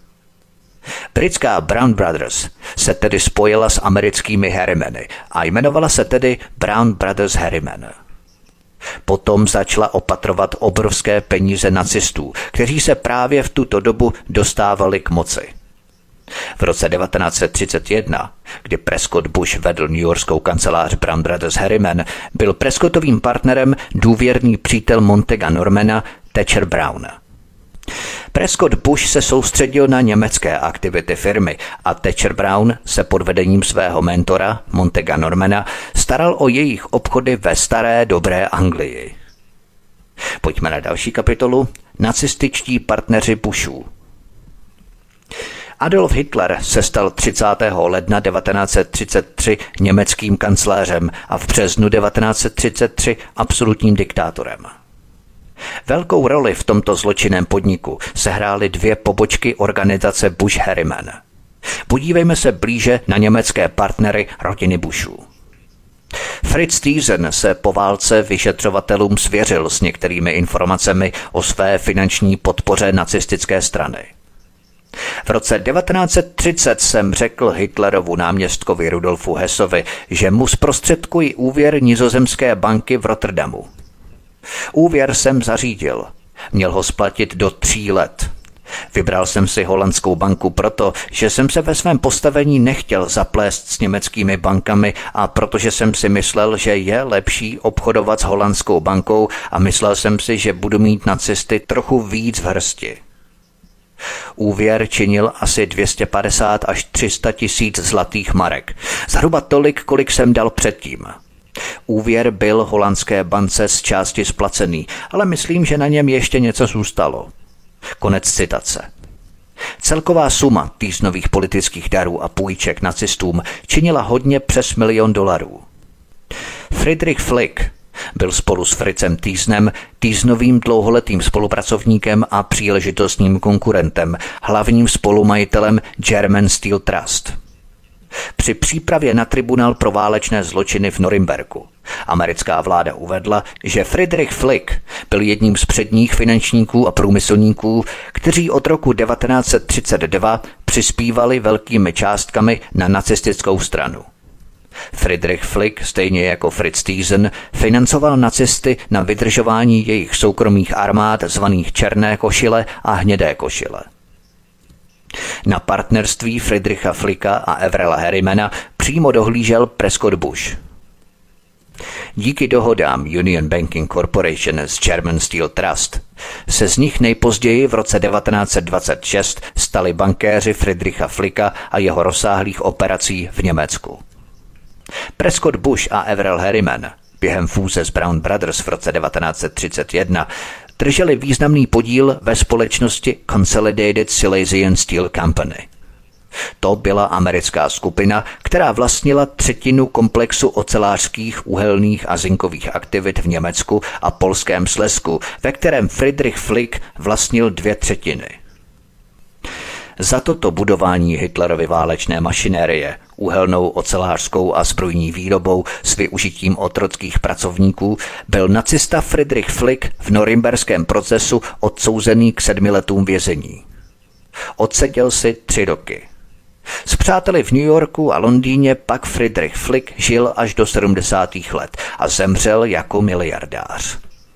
Britská Brown Brothers se tedy spojila s americkými Harrimany a jmenovala se tedy Brown Brothers Harriman. Potom začala opatrovat obrovské peníze nacistů, kteří se právě v tuto dobu dostávali k moci. V roce devatenáct set třicet jedna, kdy Prescott Bush vedl newyorskou kancelář Brown Brothers Harriman, byl Prescottovým partnerem důvěrný přítel Montega Normana Thatcher Brown. Prescott Bush se soustředil na německé aktivity firmy a Thatcher Brown se pod vedením svého mentora Montega Normana staral o jejich obchody ve staré dobré Anglii. Pojďme na další kapitolu. Nacističtí partneři Bushů. Adolf Hitler se stal třicátého ledna devatenáct set třicet tři německým kancléřem a v březnu devatenáct set třicet tři absolutním diktátorem. Velkou roli v tomto zločinném podniku sehrály dvě pobočky organizace Bush-Harriman. Podívejme se blíže na německé partnery rodiny Bushů. Fritz Thyssen se po válce vyšetřovatelům svěřil s některými informacemi o své finanční podpoře nacistické strany. V roce devatenáct set třicet jsem řekl Hitlerovu náměstkovi Rudolfu Hessovi, že mu zprostředkují úvěr nizozemské banky v Rotterdamu. Úvěr jsem zařídil. Měl ho splatit do tří let. Vybral jsem si holandskou banku proto, že jsem se ve svém postavení nechtěl zaplést s německými bankami a protože jsem si myslel, že je lepší obchodovat s holandskou bankou a myslel jsem si, že budu mít nacisty trochu víc v hrsti. Úvěr činil asi dvě stě padesát až tři sta tisíc zlatých marek, zhruba tolik, kolik jsem dal předtím. Úvěr byl holandské bance z části splacený, ale myslím, že na něm ještě něco zůstalo. Konec citace. Celková suma Thyssenových politických darů a půjček nacistům činila hodně přes milion dolarů. Friedrich Flick byl spolu s Fritzem Thyssenem Thyssenovým dlouholetým spolupracovníkem a příležitostným konkurentem, hlavním spolumajitelem German Steel Trust. Při přípravě na tribunál pro válečné zločiny v Norimberku americká vláda uvedla, že Friedrich Flick byl jedním z předních finančníků a průmyslníků, kteří od roku devatenáct set třicet dva přispívali velkými částkami na nacistickou stranu. Friedrich Flick, stejně jako Fritz Thyssen, financoval nacisty na vydržování jejich soukromých armád zvaných Černé košile a Hnědé košile. Na partnerství Friedricha Flicka a Averella Harrimana přímo dohlížel Prescott Bush. Díky dohodám Union Banking Corporation s German Steel Trust se z nich nejpozději v roce devatenáct set dvacet šest stali bankéři Friedricha Flicka a jeho rozsáhlých operací v Německu. Prescott Bush a Averell Harriman během fúze s Brown Brothers v roce devatenáct set třicet jedna drželi významný podíl ve společnosti Consolidated Silesian Steel Company. To byla americká skupina, která vlastnila třetinu komplexu ocelářských, uhelných a zinkových aktivit v Německu a polském Slezsku, ve kterém Friedrich Flick vlastnil dvě třetiny. Za toto budování Hitlerovy válečné mašinérie, uhelnou, ocelářskou a zbrojní výrobou s využitím otrockých pracovníků, byl nacista Friedrich Flick v norimberském procesu odsouzený k sedmi letům vězení. Odseděl si tři roky. S přáteli v New Yorku a Londýně pak Friedrich Flick žil až do sedmdesátých let a zemřel jako miliardář.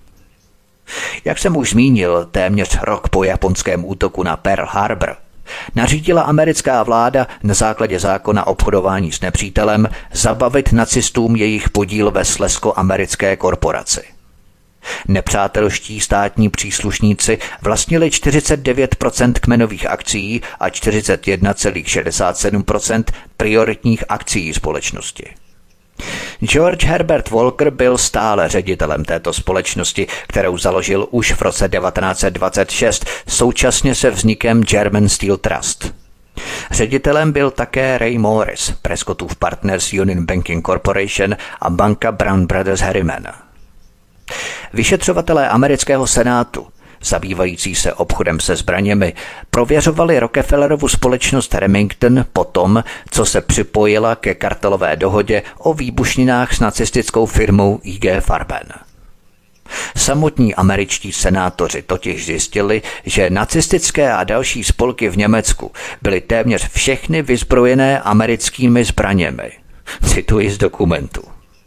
Jak jsem už zmínil, téměř rok po japonském útoku na Pearl Harbor nařídila americká vláda na základě zákona obchodování s nepřítelem zabavit nacistům jejich podíl ve slezsko-americké korporaci. Nepřátelští státní příslušníci vlastnili čtyřicet devět procent kmenových akcií a čtyřicet jedna celá šedesát sedm procent prioritních akcií společnosti. George Herbert Walker byl stále ředitelem této společnosti, kterou založil už v roce devatenáct set dvacet šest současně se vznikem German Steel Trust. Ředitelem byl také Ray Morris, Prescottův partner z Union Banking Corporation a banka Brown Brothers Harriman. Vyšetřovatelé amerického senátu, zabývající se obchodem se zbraněmi, prověřovali Rockefellerovu společnost Remington po tom, co se připojila ke kartelové dohodě o výbušninách s nacistickou firmou I G Farben. Samotní američtí senátoři totiž zjistili, že nacistické a další spolky v Německu byly téměř všechny vyzbrojené americkými zbraněmi. Cituji z dokumentu.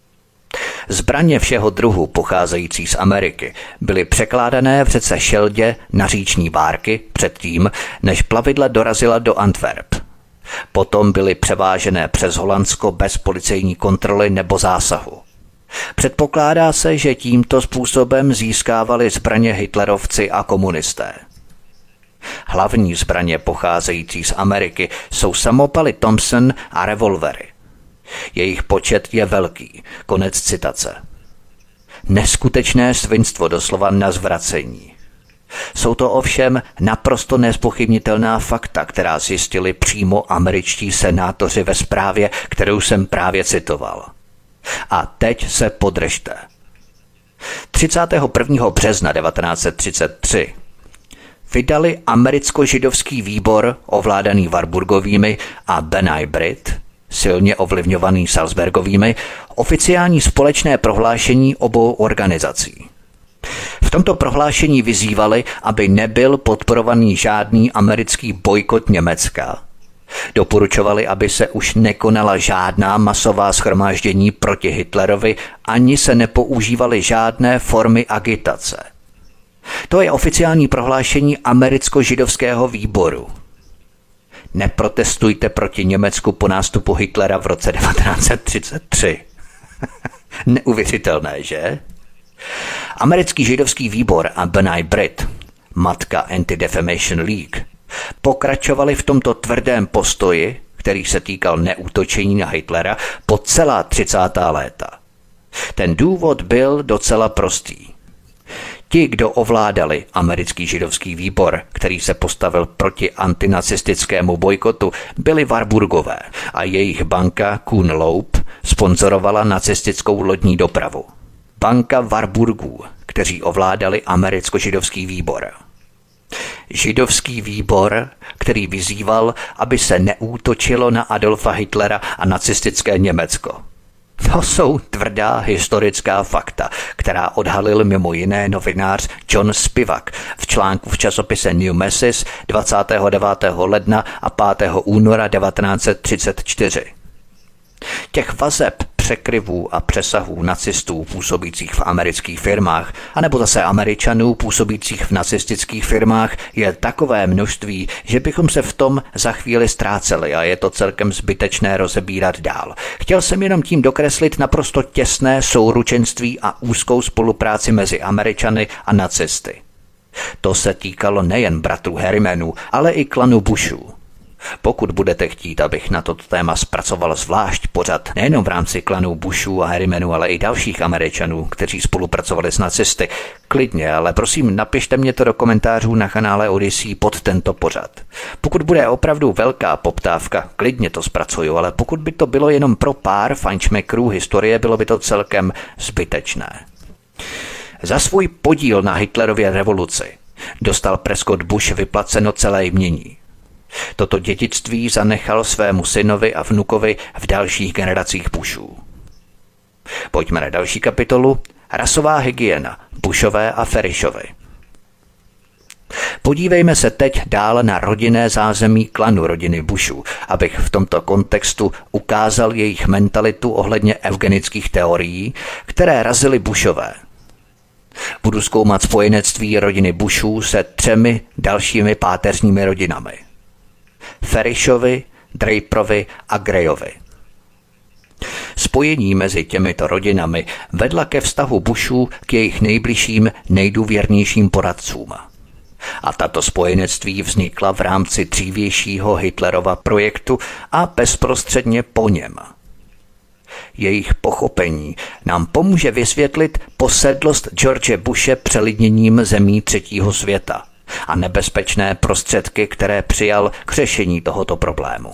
Zbraně všeho druhu pocházející z Ameriky byly překládané v řece Šeldě na říční bárky předtím, než plavidla dorazila do Antwerp. Potom byly převážené přes Holandsko bez policejní kontroly nebo zásahu. Předpokládá se, že tímto způsobem získávali zbraně hitlerovci a komunisté. Hlavní zbraně pocházející z Ameriky jsou samopaly Thompson a revolvery. Jejich počet je velký. Konec citace. neskutečné svinstvo, doslova na zvracení. Jsou to ovšem naprosto nezpochybnitelná fakta, která zjistili přímo američtí senátoři ve zprávě, kterou jsem právě citoval. A teď se podržte. třicátého prvního března devatenáct set třicet tři vydali americko-židovský výbor ovládaný Warburgovými a B'nai B'rith, silně ovlivňovaný Salzbergovými, oficiální společné prohlášení obou organizací. V tomto prohlášení vyzývali, aby nebyl podporovaný žádný americký bojkot Německa. Doporučovali, aby se už nekonala žádná masová shromáždění proti Hitlerovi, ani se nepoužívaly žádné formy agitace. To je oficiální prohlášení americko-židovského výboru. Neprotestujte proti Německu po nástupu Hitlera v roce devatenáct set třicet tři. Neuvěřitelné, že? Americký židovský výbor a B'nai B'rith, matka Anti-Defamation League, pokračovali v tomto tvrdém postoji, který se týkal neútočení na Hitlera, po celá třicátá léta. Ten důvod byl docela prostý. Ti, kdo ovládali americký židovský výbor, který se postavil proti antinacistickému bojkotu, byli Warburgové a jejich banka Kuhn Loeb sponzorovala nacistickou lodní dopravu. Banka Warburgů, kteří ovládali americko-židovský výbor. Židovský výbor, který vyzýval, aby se neútočilo na Adolfa Hitlera a nacistické Německo. To jsou tvrdá historická fakta, která odhalil mimo jiné novinář John Spivak v článku v časopise New Message dvacátého devátého ledna a pátého února devatenáct set třicet čtyři. Těch vazeb, překryvů a přesahů nacistů působících v amerických firmách, anebo zase Američanů působících v nacistických firmách je takové množství, že bychom se v tom za chvíli ztráceli a je to celkem zbytečné rozebírat dál. Chtěl jsem jenom tím dokreslit naprosto těsné souručenství a úzkou spolupráci mezi Američany a nacisty. To se týkalo nejen bratrů Harrimanů, ale i klanu Bushů. Pokud budete chtít, abych na toto téma zpracoval zvlášť pořad, nejenom v rámci klanů Bushů a Harrimanů, ale i dalších Američanů, kteří spolupracovali s nacisty, klidně, ale prosím napište mě to do komentářů na kanále Odyssey pod tento pořad. Pokud bude opravdu velká poptávka, klidně to zpracuju, ale pokud by to bylo jenom pro pár fajnšmekrů historie, bylo by to celkem zbytečné. Za svůj podíl na Hitlerově revoluci dostal Prescott Bush vyplaceno celé jmění. Toto dědictví zanechal svému synovi a vnukovi v dalších generacích Bushů. Pojďme na další kapitolu. Rasová hygiena, Bushové a Ferishovi. Podívejme se teď dál na rodinné zázemí klanu rodiny Bushů, abych v tomto kontextu ukázal jejich mentalitu ohledně eugenických teorií, které razily Bushové. Budu zkoumat spojenectví rodiny Bushů se třemi dalšími páteřními rodinami. Ferishovi, Draperovi a Greyovi. Spojení mezi těmito rodinami vedla ke vztahu Bushů k jejich nejbližším, nejdůvěrnějším poradcům. A tato spojenectví vznikla v rámci dřívějšího Hitlerova projektu a bezprostředně po něm. Jejich pochopení nám pomůže vysvětlit posedlost George Bushe přelidněním zemí třetího světa a nebezpečné prostředky, které přijal k řešení tohoto problému.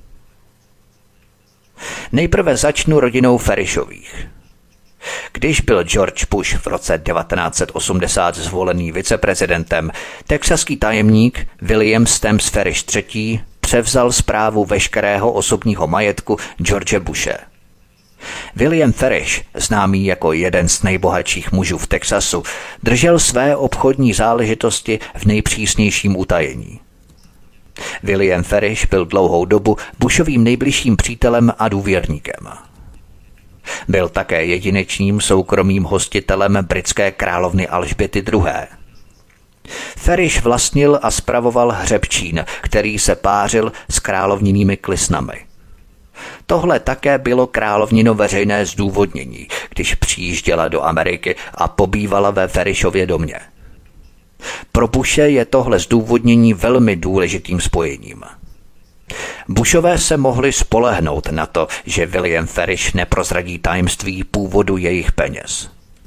Nejprve začnu rodinou Ferishových. Když byl George Bush v roce devatenáct set osmdesát zvolený viceprezidentem, texaský tajemník William Stamps Ferish třetí. převzal správu veškerého osobního majetku George Bushe. William Ferish, známý jako jeden z nejbohatších mužů v Texasu, držel své obchodní záležitosti v nejpřísnějším utajení. William Ferish byl dlouhou dobu Bushovým nejbližším přítelem a důvěrníkem. Byl také jedinečným soukromým hostitelem britské královny Alžběty druhé. Ferish vlastnil a spravoval hřebčín, který se pářil s královninými klisnami. Tohle také bylo královnino veřejné zdůvodnění, když přijížděla do Ameriky a pobývala ve Ferishově domě. Pro Bushe je tohle zdůvodnění velmi důležitým spojením. Bushové se mohli spolehnout na to, že William Ferish neprozradí tajemství původu jejich peněz.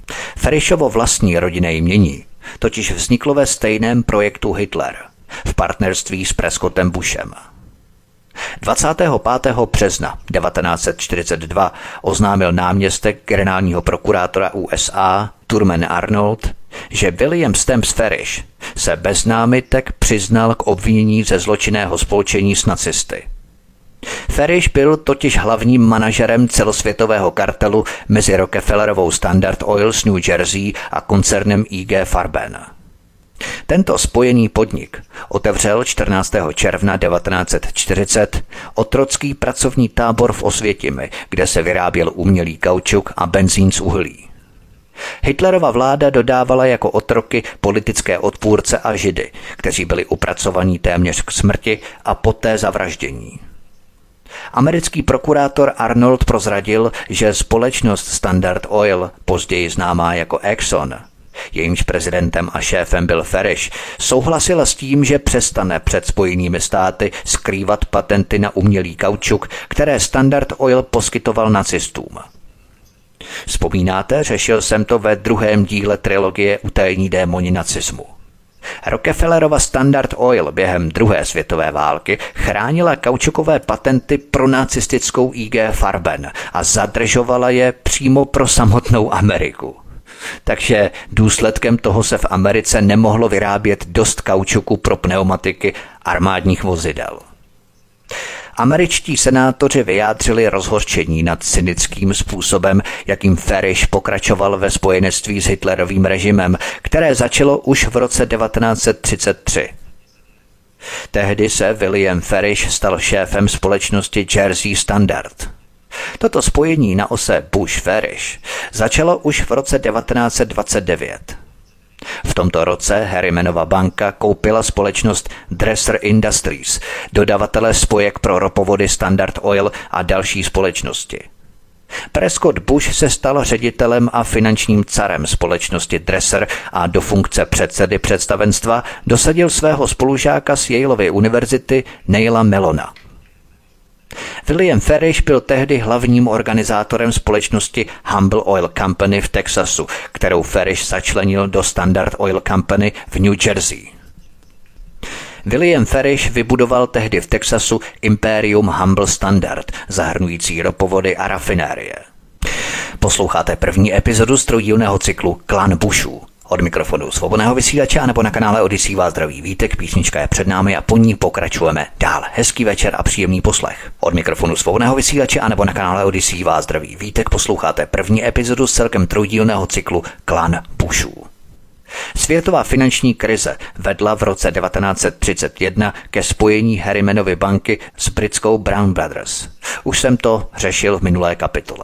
Farišovo vlastní rodinné jmění totiž vzniklo ve stejném projektu Hitler v partnerství s Prescottem Bushem. dvacátého pátého března devatenáct set čtyřicet dva oznámil náměstek generálního prokurátora U S A Thurman Arnold, že William Stamps Farish se bez námitek přiznal k obvinění ze zločinného spolčení s nacisty. Farish byl totiž hlavním manažerem celosvětového kartelu mezi Rockefellerovou Standard Oil z New Jersey a koncernem I G Farben. Tento spojený podnik otevřel čtrnáctého června devatenáct set čtyřicet otrocký pracovní tábor v Osvětimi, kde se vyráběl umělý kaučuk a benzín z uhlí. Hitlerova vláda dodávala jako otroky politické odpůrce a židy, kteří byli upracovaní téměř k smrti a poté zavraždění. Americký prokurátor Arnold prozradil, že společnost Standard Oil, později známá jako Exxon, jejímž prezidentem a šéfem byl Farish, souhlasila s tím, že přestane před Spojenými státy skrývat patenty na umělý kaučuk, které Standard Oil poskytoval nacistům. Vzpomínáte, řešil jsem to ve druhém díle trilogie Utajení démoni nacismu. Rockefellerova Standard Oil během druhé světové války chránila kaučukové patenty pro nacistickou I G Farben a zadržovala je přímo pro samotnou Ameriku. Takže důsledkem toho se v Americe nemohlo vyrábět dost kaučuku pro pneumatiky armádních vozidel. Američtí senátoři vyjádřili rozhořčení nad cynickým způsobem, jakým Farish pokračoval ve spojenectví s Hitlerovým režimem, které začalo už v roce devatenáct set třicet tři. Tehdy se William Farish stal šéfem společnosti Jersey Standard. Toto spojení na ose Bush-Farish začalo už v roce devatenáct set dvacet devět. V tomto roce Harrimanova banka koupila společnost Dresser Industries, dodavatele spojek pro ropovody Standard Oil a další společnosti. Prescott Bush se stal ředitelem a finančním carem společnosti Dresser a do funkce předsedy představenstva dosadil svého spolužáka z Yaleovy univerzity Neila Mellona. William Farish byl tehdy hlavním organizátorem společnosti Humble Oil Company v Texasu, kterou Farish začlenil do Standard Oil Company v New Jersey. William Farish vybudoval tehdy v Texasu impérium Humble Standard, zahrnující ropovody a rafinérie. Posloucháte první epizodu z trojdílného cyklu Klan Bushů. Od mikrofonu Svobodného vysílače a nebo na kanále Odyssey vás zdraví Vítek, písnička je před námi a po ní pokračujeme dál. Hezký večer a příjemný poslech. Od mikrofonu Svobodného vysílače a nebo na kanále Odyssey vás zdraví Vítek, posloucháte první epizodu z celkem trojdílného cyklu Klan Bushů. Světová finanční krize vedla v roce devatenáct set třicet jedna ke spojení Harrimanovy banky s britskou Brown Brothers. Už jsem to řešil v minulé kapitole.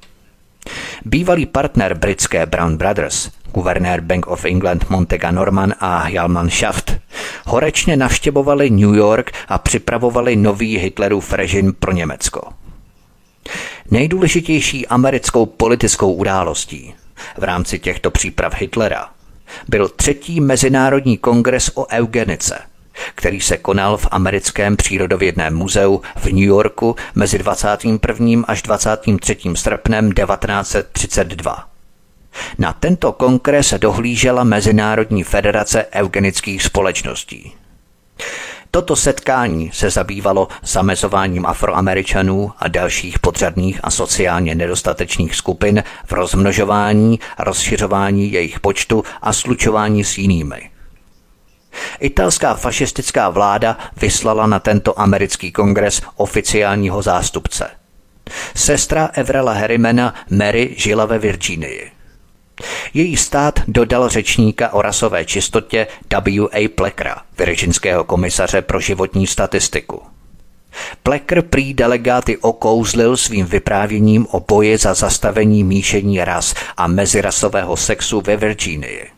Bývalý partner britské Brown Brothers, guvernér Bank of England Montega Norman a Hjalmar Schacht, horečně navštěvovali New York a připravovali nový Hitlerův režim pro Německo. Nejdůležitější americkou politickou událostí v rámci těchto příprav Hitlera byl třetí mezinárodní kongres o eugenice, který se konal v americkém přírodovědném muzeu v New Yorku mezi dvacátým prvním až dvacátým třetím srpnem devatenáct set třicet dva. Na tento kongres dohlížela Mezinárodní federace eugenických společností. Toto setkání se zabývalo zamezováním Afroameričanů a dalších podřadných a sociálně nedostatečných skupin v rozmnožování, rozšiřování jejich počtu a slučování s jinými. Italská fašistická vláda vyslala na tento americký kongres oficiálního zástupce. Sestra Everella Harrimana Mary žila ve Virginii. Její stát dodal řečníka o rasové čistotě W A Pleckera, virginského komisaře pro životní statistiku. Plecker prý delegáty okouzlil svým vyprávěním o boji za zastavení míšení ras a mezirasového sexu ve Virginii.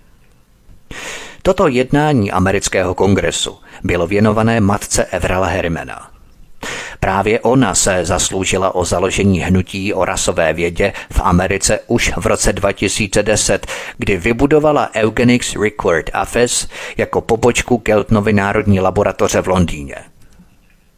Toto jednání amerického kongresu bylo věnované matce Everella Harrimana. Právě ona se zasloužila o založení hnutí o rasové vědě v Americe už v roce dva tisíce deset, kdy vybudovala Eugenics Record Office jako pobočku Keltnovy národní laboratoře v Londýně.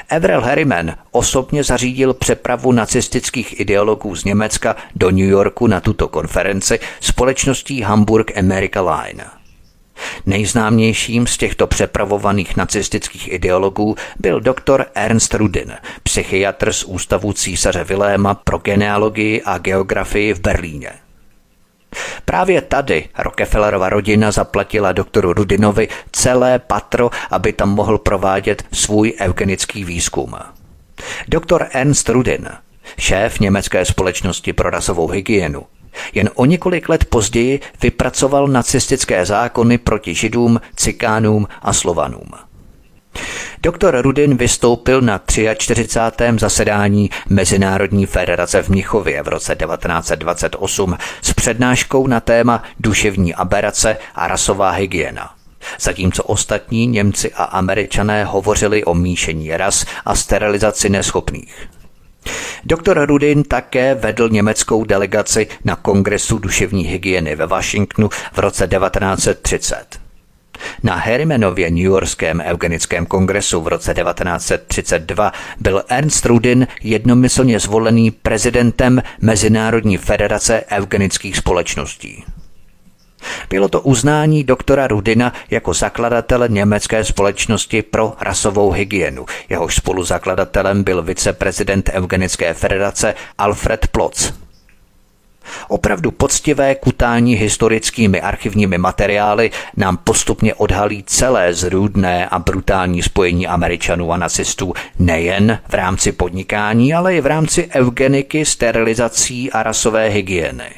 Averell Harriman osobně zařídil přepravu nacistických ideologů z Německa do New Yorku na tuto konferenci společností Hamburg America Line. Nejznámějším z těchto přepravovaných nacistických ideologů byl doktor Ernst Rudin, psychiatr z Ústavu císaře Viléma pro genealogii a geografii v Berlíně. Právě tady Rockefellerova rodina zaplatila doktoru Rudinovi celé patro, aby tam mohl provádět svůj eugenický výzkum. Doktor Ernst Rudin, šéf německé společnosti pro rasovou hygienu, jen o několik let později vypracoval nacistické zákony proti Židům, Cikánům a Slovanům. Doktor Rudin vystoupil na čtyřicátém třetím zasedání Mezinárodní federace v Mnichově v roce devatenáct set dvacet osm s přednáškou na téma duševní aberace a rasová hygiena. Zatímco ostatní Němci a Američané hovořili o míšení ras a sterilizaci neschopných. Doktor Rudin také vedl německou delegaci na Kongresu duševní hygieny ve Washingtonu v roce devatenáct set třicet. Na Harrimanově newyorském eugenickém kongresu v roce devatenáct set třicet dva byl Ernst Rudin jednomyslně zvolený prezidentem Mezinárodní federace eugenických společností. Bylo to uznání doktora Rudina jako zakladatele německé společnosti pro rasovou hygienu. Jehož spoluzakladatelem byl viceprezident eugenické federace Alfred Plotz. Opravdu poctivé kutání historickými archivními materiály nám postupně odhalí celé zrůdné a brutální spojení Američanů a nacistů nejen v rámci podnikání, ale i v rámci eugeniky, sterilizací a rasové hygieny.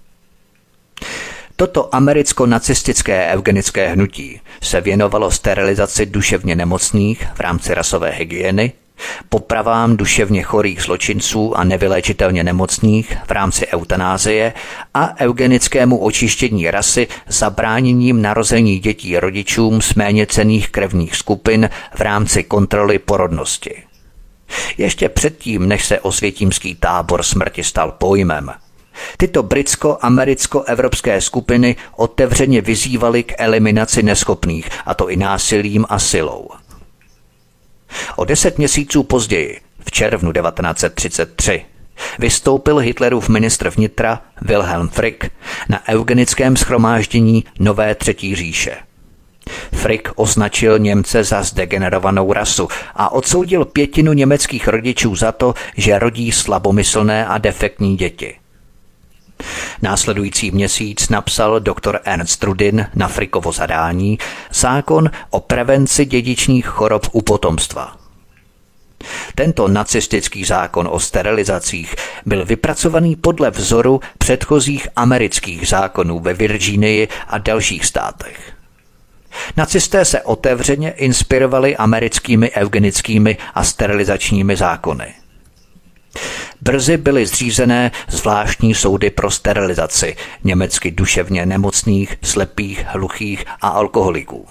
Toto americko-nacistické eugenické hnutí se věnovalo sterilizaci duševně nemocných v rámci rasové hygieny, popravám duševně chorých zločinců a nevyléčitelně nemocných v rámci eutanázie a eugenickému očištění rasy zabráněním narození dětí rodičům z méněcenných krevních skupin v rámci kontroly porodnosti. Ještě předtím, než se osvětímský tábor smrti stal pojmem, tyto britsko-americko-evropské skupiny otevřeně vyzývaly k eliminaci neschopných, a to i násilím a silou. O deset měsíců později, v červnu devatenáct set třicet tři, vystoupil Hitlerův ministr vnitra Wilhelm Frick na eugenickém shromáždění Nové třetí říše. Frick označil Němce za zdegenerovanou rasu a odsoudil pětinu německých rodičů za to, že rodí slabomyslné a defektní děti. Následující měsíc napsal doktor Ernst Rudin na Frickovo zadání zákon o prevenci dědičných chorob u potomstva. Tento nacistický zákon o sterilizacích byl vypracovaný podle vzoru předchozích amerických zákonů ve Virginii a dalších státech. Nacisté se otevřeně inspirovali americkými eugenickými a sterilizačními zákony. Brzy byly zřízené zvláštní soudy pro sterilizaci německy duševně nemocných, slepých, hluchých a alkoholiků.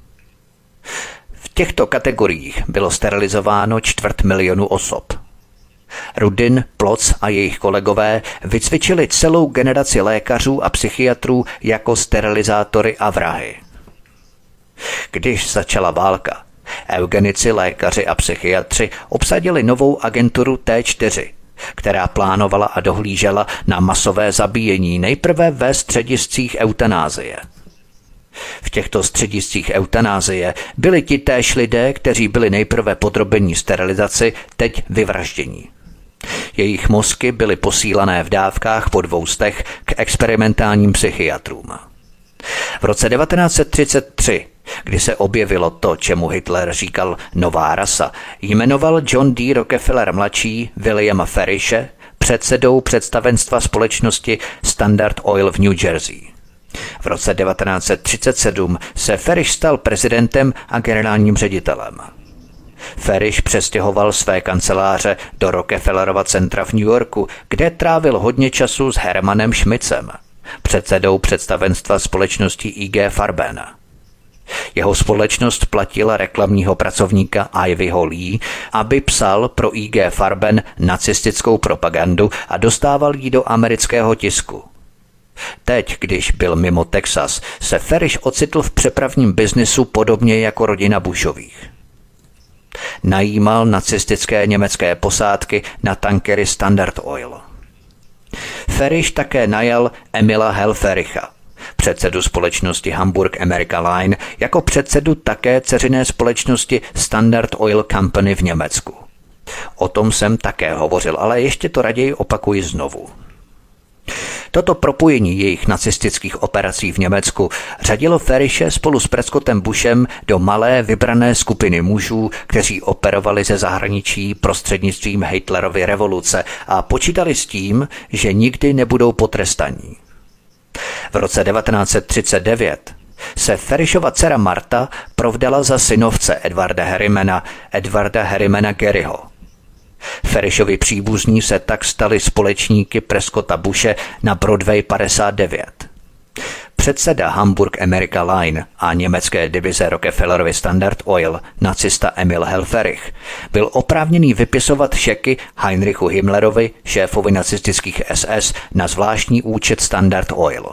V těchto kategoriích bylo sterilizováno čtvrt milionu osob. Rudin, Plotz a jejich kolegové vycvičili celou generaci lékařů a psychiatrů jako sterilizátory a vrahy. Když začala válka, eugenici, lékaři a psychiatři obsadili novou agenturu T čtyři, která plánovala a dohlížela na masové zabíjení nejprve ve střediscích eutanázie. V těchto střediscích eutanázie byli ti též lidé, kteří byli nejprve podrobeni sterilizaci, teď vyvraždění. Jejich mozky byly posílané v dávkách po dvou stech k experimentálním psychiatrům. V roce devatenáct set třicet tři, kdy se objevilo to, čemu Hitler říkal nová rasa, jmenoval John D. Rockefeller mladší Williama Farishe předsedou představenstva společnosti Standard Oil v New Jersey. V roce devatenáct set třicet sedm se Farish stal prezidentem a generálním ředitelem. Farish přestěhoval své kanceláře do Rockefellerova centra v New Yorku, kde trávil hodně času s Hermanem Schmitzem, předsedou představenstva společnosti I G Farben. Jeho společnost platila reklamního pracovníka Ivyho Lee, aby psal pro I G Farben nacistickou propagandu a dostával ji do amerického tisku. Teď, když byl mimo Texas, se Farish ocitl v přepravním biznisu podobně jako rodina Bushových. najímal nacistické německé posádky na tankery Standard Oil. Ferish také najal Emila Helfericha, předsedu společnosti Hamburg America Line, jako předsedu také dceřiné společnosti Standard Oil Company v Německu. O tom jsem také hovořil, ale ještě to raději opakuji znovu. Toto propojení jejich nacistických operací v Německu řadilo Ferishe spolu s Prescottem Bushem do malé vybrané skupiny mužů, kteří operovali ze zahraničí prostřednictvím Hitlerovy revoluce a počítali s tím, že nikdy nebudou potrestaní. V roce devatenáct set třicet devět se Ferishova dcera Marta provdala za synovce Edwarda Harrimana, Edwarda Harrimana Garyho. Ferishovi příbuzní se tak stali společníky Prescotta Bushe na Broadway padesát devět. Předseda Hamburg America Line a německé divize Rockefellerovy Standard Oil, nacista Emil Helferich, byl oprávněný vypisovat šeky Heinrichu Himmlerovi, šéfovi nacistických S S, na zvláštní účet Standard Oil.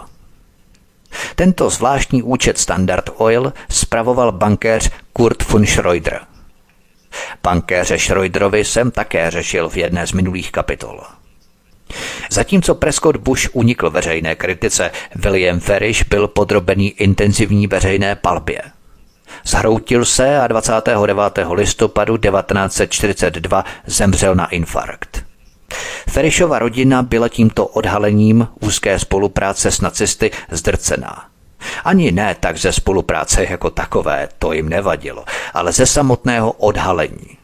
Tento zvláštní účet Standard Oil spravoval bankéř Kurt von Schröder. Bankéře Schröderovi jsem také řešil v jedné z minulých kapitol. Zatímco Prescott Bush unikl veřejné kritice, William Ferish byl podrobený intenzivní veřejné palbě. Zhroutil se a dvacátého devátého listopadu devatenáct set čtyřicet dva zemřel na infarkt. Ferishova rodina byla tímto odhalením úzké spolupráce s nacisty zdrcená. Ani ne tak ze spolupráce jako takové, to jim nevadilo, ale ze samotného odhalení.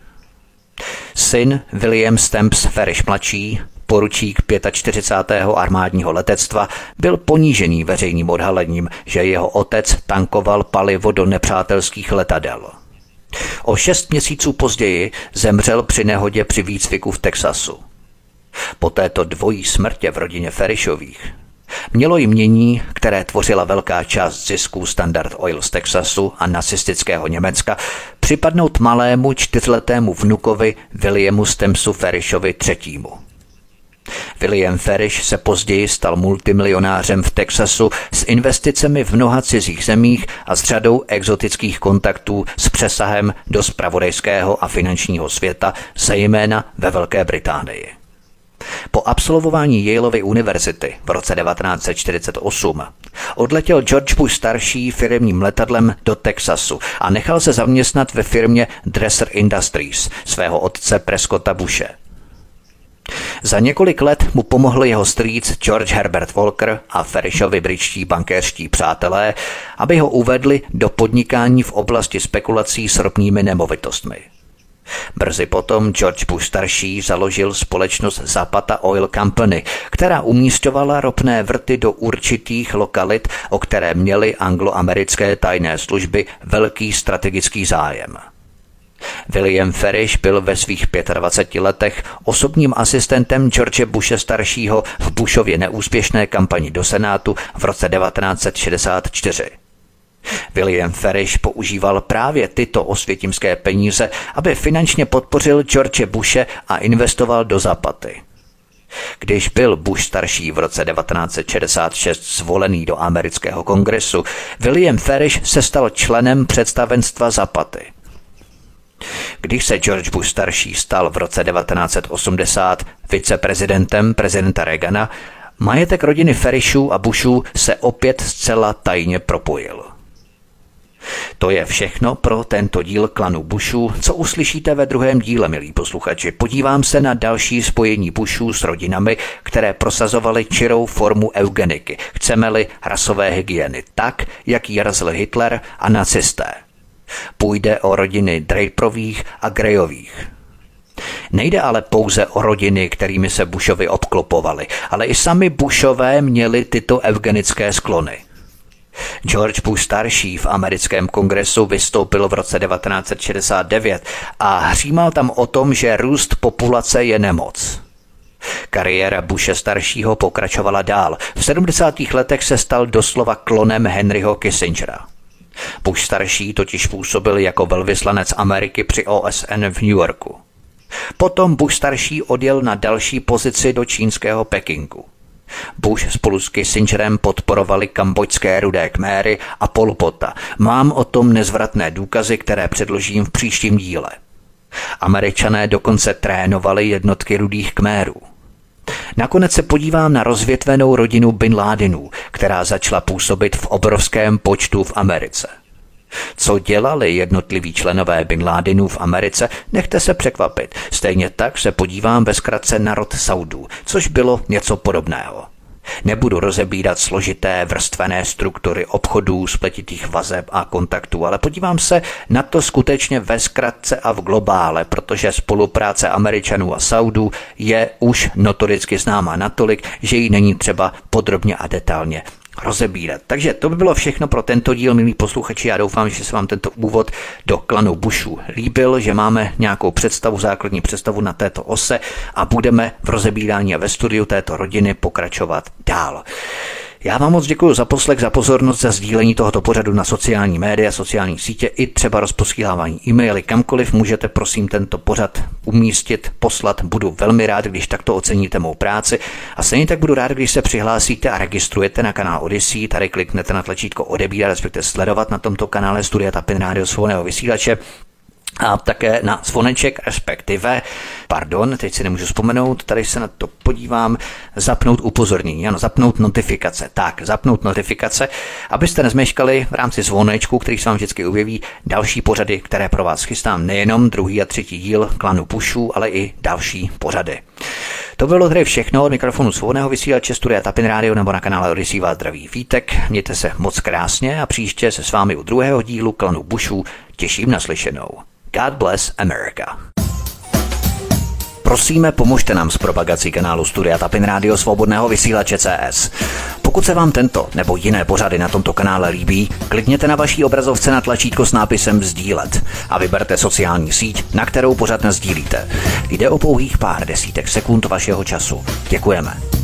Syn William Stamps Ferish mladší, poručík čtyřicátého pátého armádního letectva, byl ponížený veřejným odhalením, že jeho otec tankoval palivo do nepřátelských letadel. O šest měsíců později zemřel při nehodě při výcviku v Texasu. Po této dvojí smrtě v rodině Ferishových mělo jmění, které tvořila velká část zisků Standard Oil z Texasu a nacistického Německa, připadnout malému čtyřletému vnukovi Williamu Stampsu Ferishovi třetímu. William Ferish se později stal multimilionářem v Texasu s investicemi v mnoha cizích zemích a s řadou exotických kontaktů s přesahem do zpravodajského a finančního světa, zejména ve Velké Británii. Po absolvování Yaleovy univerzity v roce devatenáct set čtyřicet osm odletěl George Bush starší firemním letadlem do Texasu a nechal se zaměstnat ve firmě Dresser Industries svého otce Prescotta Bushe. Za několik let mu pomohl jeho strýc George Herbert Walker a Ferishovi britští bankéřští přátelé, aby ho uvedli do podnikání v oblasti spekulací s ropnými nemovitostmi. Brzy potom George Bush starší založil společnost Zapata Oil Company, která umísťovala ropné vrty do určitých lokalit, o které měly angloamerické tajné služby velký strategický zájem. William Ferish byl ve svých dvaceti pěti letech osobním asistentem George Bushe staršího v Bushově neúspěšné kampani do Senátu v roce devatenáct set šedesát čtyři. William Ferish používal právě tyto osvětimské peníze, aby finančně podpořil George Bushe a investoval do Zapaty. Když byl Bush starší v roce devatenáct set šedesát šest zvolený do amerického kongresu, William Ferish se stal členem představenstva Zapaty. Když se George Bush starší stal v roce devatenáct set osmdesát viceprezidentem prezidenta Reagana, majetek rodiny Ferishů a Bushů se opět zcela tajně propojil. To je všechno pro tento díl klanu Bushů, co uslyšíte ve druhém díle, milí posluchači. Podívám se na další spojení Bushů s rodinami, které prosazovaly čirou formu eugeniky, chceme-li rasové hygieny, tak, jak ji razil Hitler a nacisté. Půjde o rodiny Draperových a Grayových. Nejde ale pouze o rodiny, kterými se Bushovi obklopovali, ale i sami Bushové měli tyto eugenické sklony. George Bush starší v americkém kongresu vystoupil v roce devatenáct set šedesát devět a hřímal tam o tom, že růst populace je nemoc. Kariéra Bushe staršího pokračovala dál. V sedmdesátých letech se stal doslova klonem Henryho Kissingera. Bush starší totiž působil jako velvyslanec Ameriky při O S N v New Yorku. Potom Bush starší odjel na další pozici do čínského Pekingu. Bush spolu s Kissingerem podporovali kambodžské rudé Khmery a Pol Pota. Mám o tom nezvratné důkazy, které předložím v příštím díle. Američané dokonce trénovali jednotky Rudých Khmerů. Nakonec se podívám na rozvětvenou rodinu Bin Ládinů, která začala působit v obrovském počtu v Americe. Co dělali jednotliví členové Bin Ládinů v Americe, nechte se překvapit. Stejně tak se podívám ve zkratce na rod Saudů, což bylo něco podobného. Nebudu rozebírat složité vrstvené struktury obchodů, spletitých vazeb a kontaktů, ale podívám se na to skutečně ve zkratce a v globále, protože spolupráce Američanů a Saudů je už notoricky známá natolik, že ji není třeba podrobně a detailně rozebírat. Takže to by bylo všechno pro tento díl, milí posluchači. Já doufám, že se vám tento úvod do klanu Bushů líbil, že máme nějakou představu, základní představu na této ose a budeme v rozebírání a ve studiu této rodiny pokračovat dál. Já vám moc děkuji za poslech, za pozornost, za sdílení tohoto pořadu na sociální média, sociální sítě i třeba rozposílávání e-maily kamkoliv. Můžete prosím tento pořad umístit, poslat. Budu velmi rád, když takto oceníte mou práci a stejně tak budu rád, když se přihlásíte a registrujete na kanál Odyssey. Tady kliknete na tlačítko odebírat, respektive sledovat na tomto kanále Studia Tapin Rádio Svobodného vysílače. A také na zvoneček, respektive, pardon, teď si nemůžu vzpomenout, tady se na to podívám, zapnout upozornění, ano, zapnout notifikace. Tak, zapnout notifikace, abyste nezmeškali v rámci zvonečku, který se vám vždycky objeví, další pořady, které pro vás chystám, nejenom druhý a třetí díl klanu Bushů, ale i další pořady. To bylo tedy všechno od mikrofonu Svobodného vysílače Studia Tapin Rádio nebo na kanále Odyssey vás zdraví Vítek. Mějte se moc krásně a příště se s vámi u druhého dílu klanu Bushů těším na slyšenou. God bless America. Prosíme, pomožte nám s propagací kanálu Studia Tapin Rádio Svobodného vysílače C S. Pokud se vám tento nebo jiné pořady na tomto kanále líbí, klikněte na vaší obrazovce na tlačítko s nápisem sdílet a vyberte sociální síť, na kterou pořad nasdílíte. Jde o pouhých pár desítek sekund vašeho času. Děkujeme.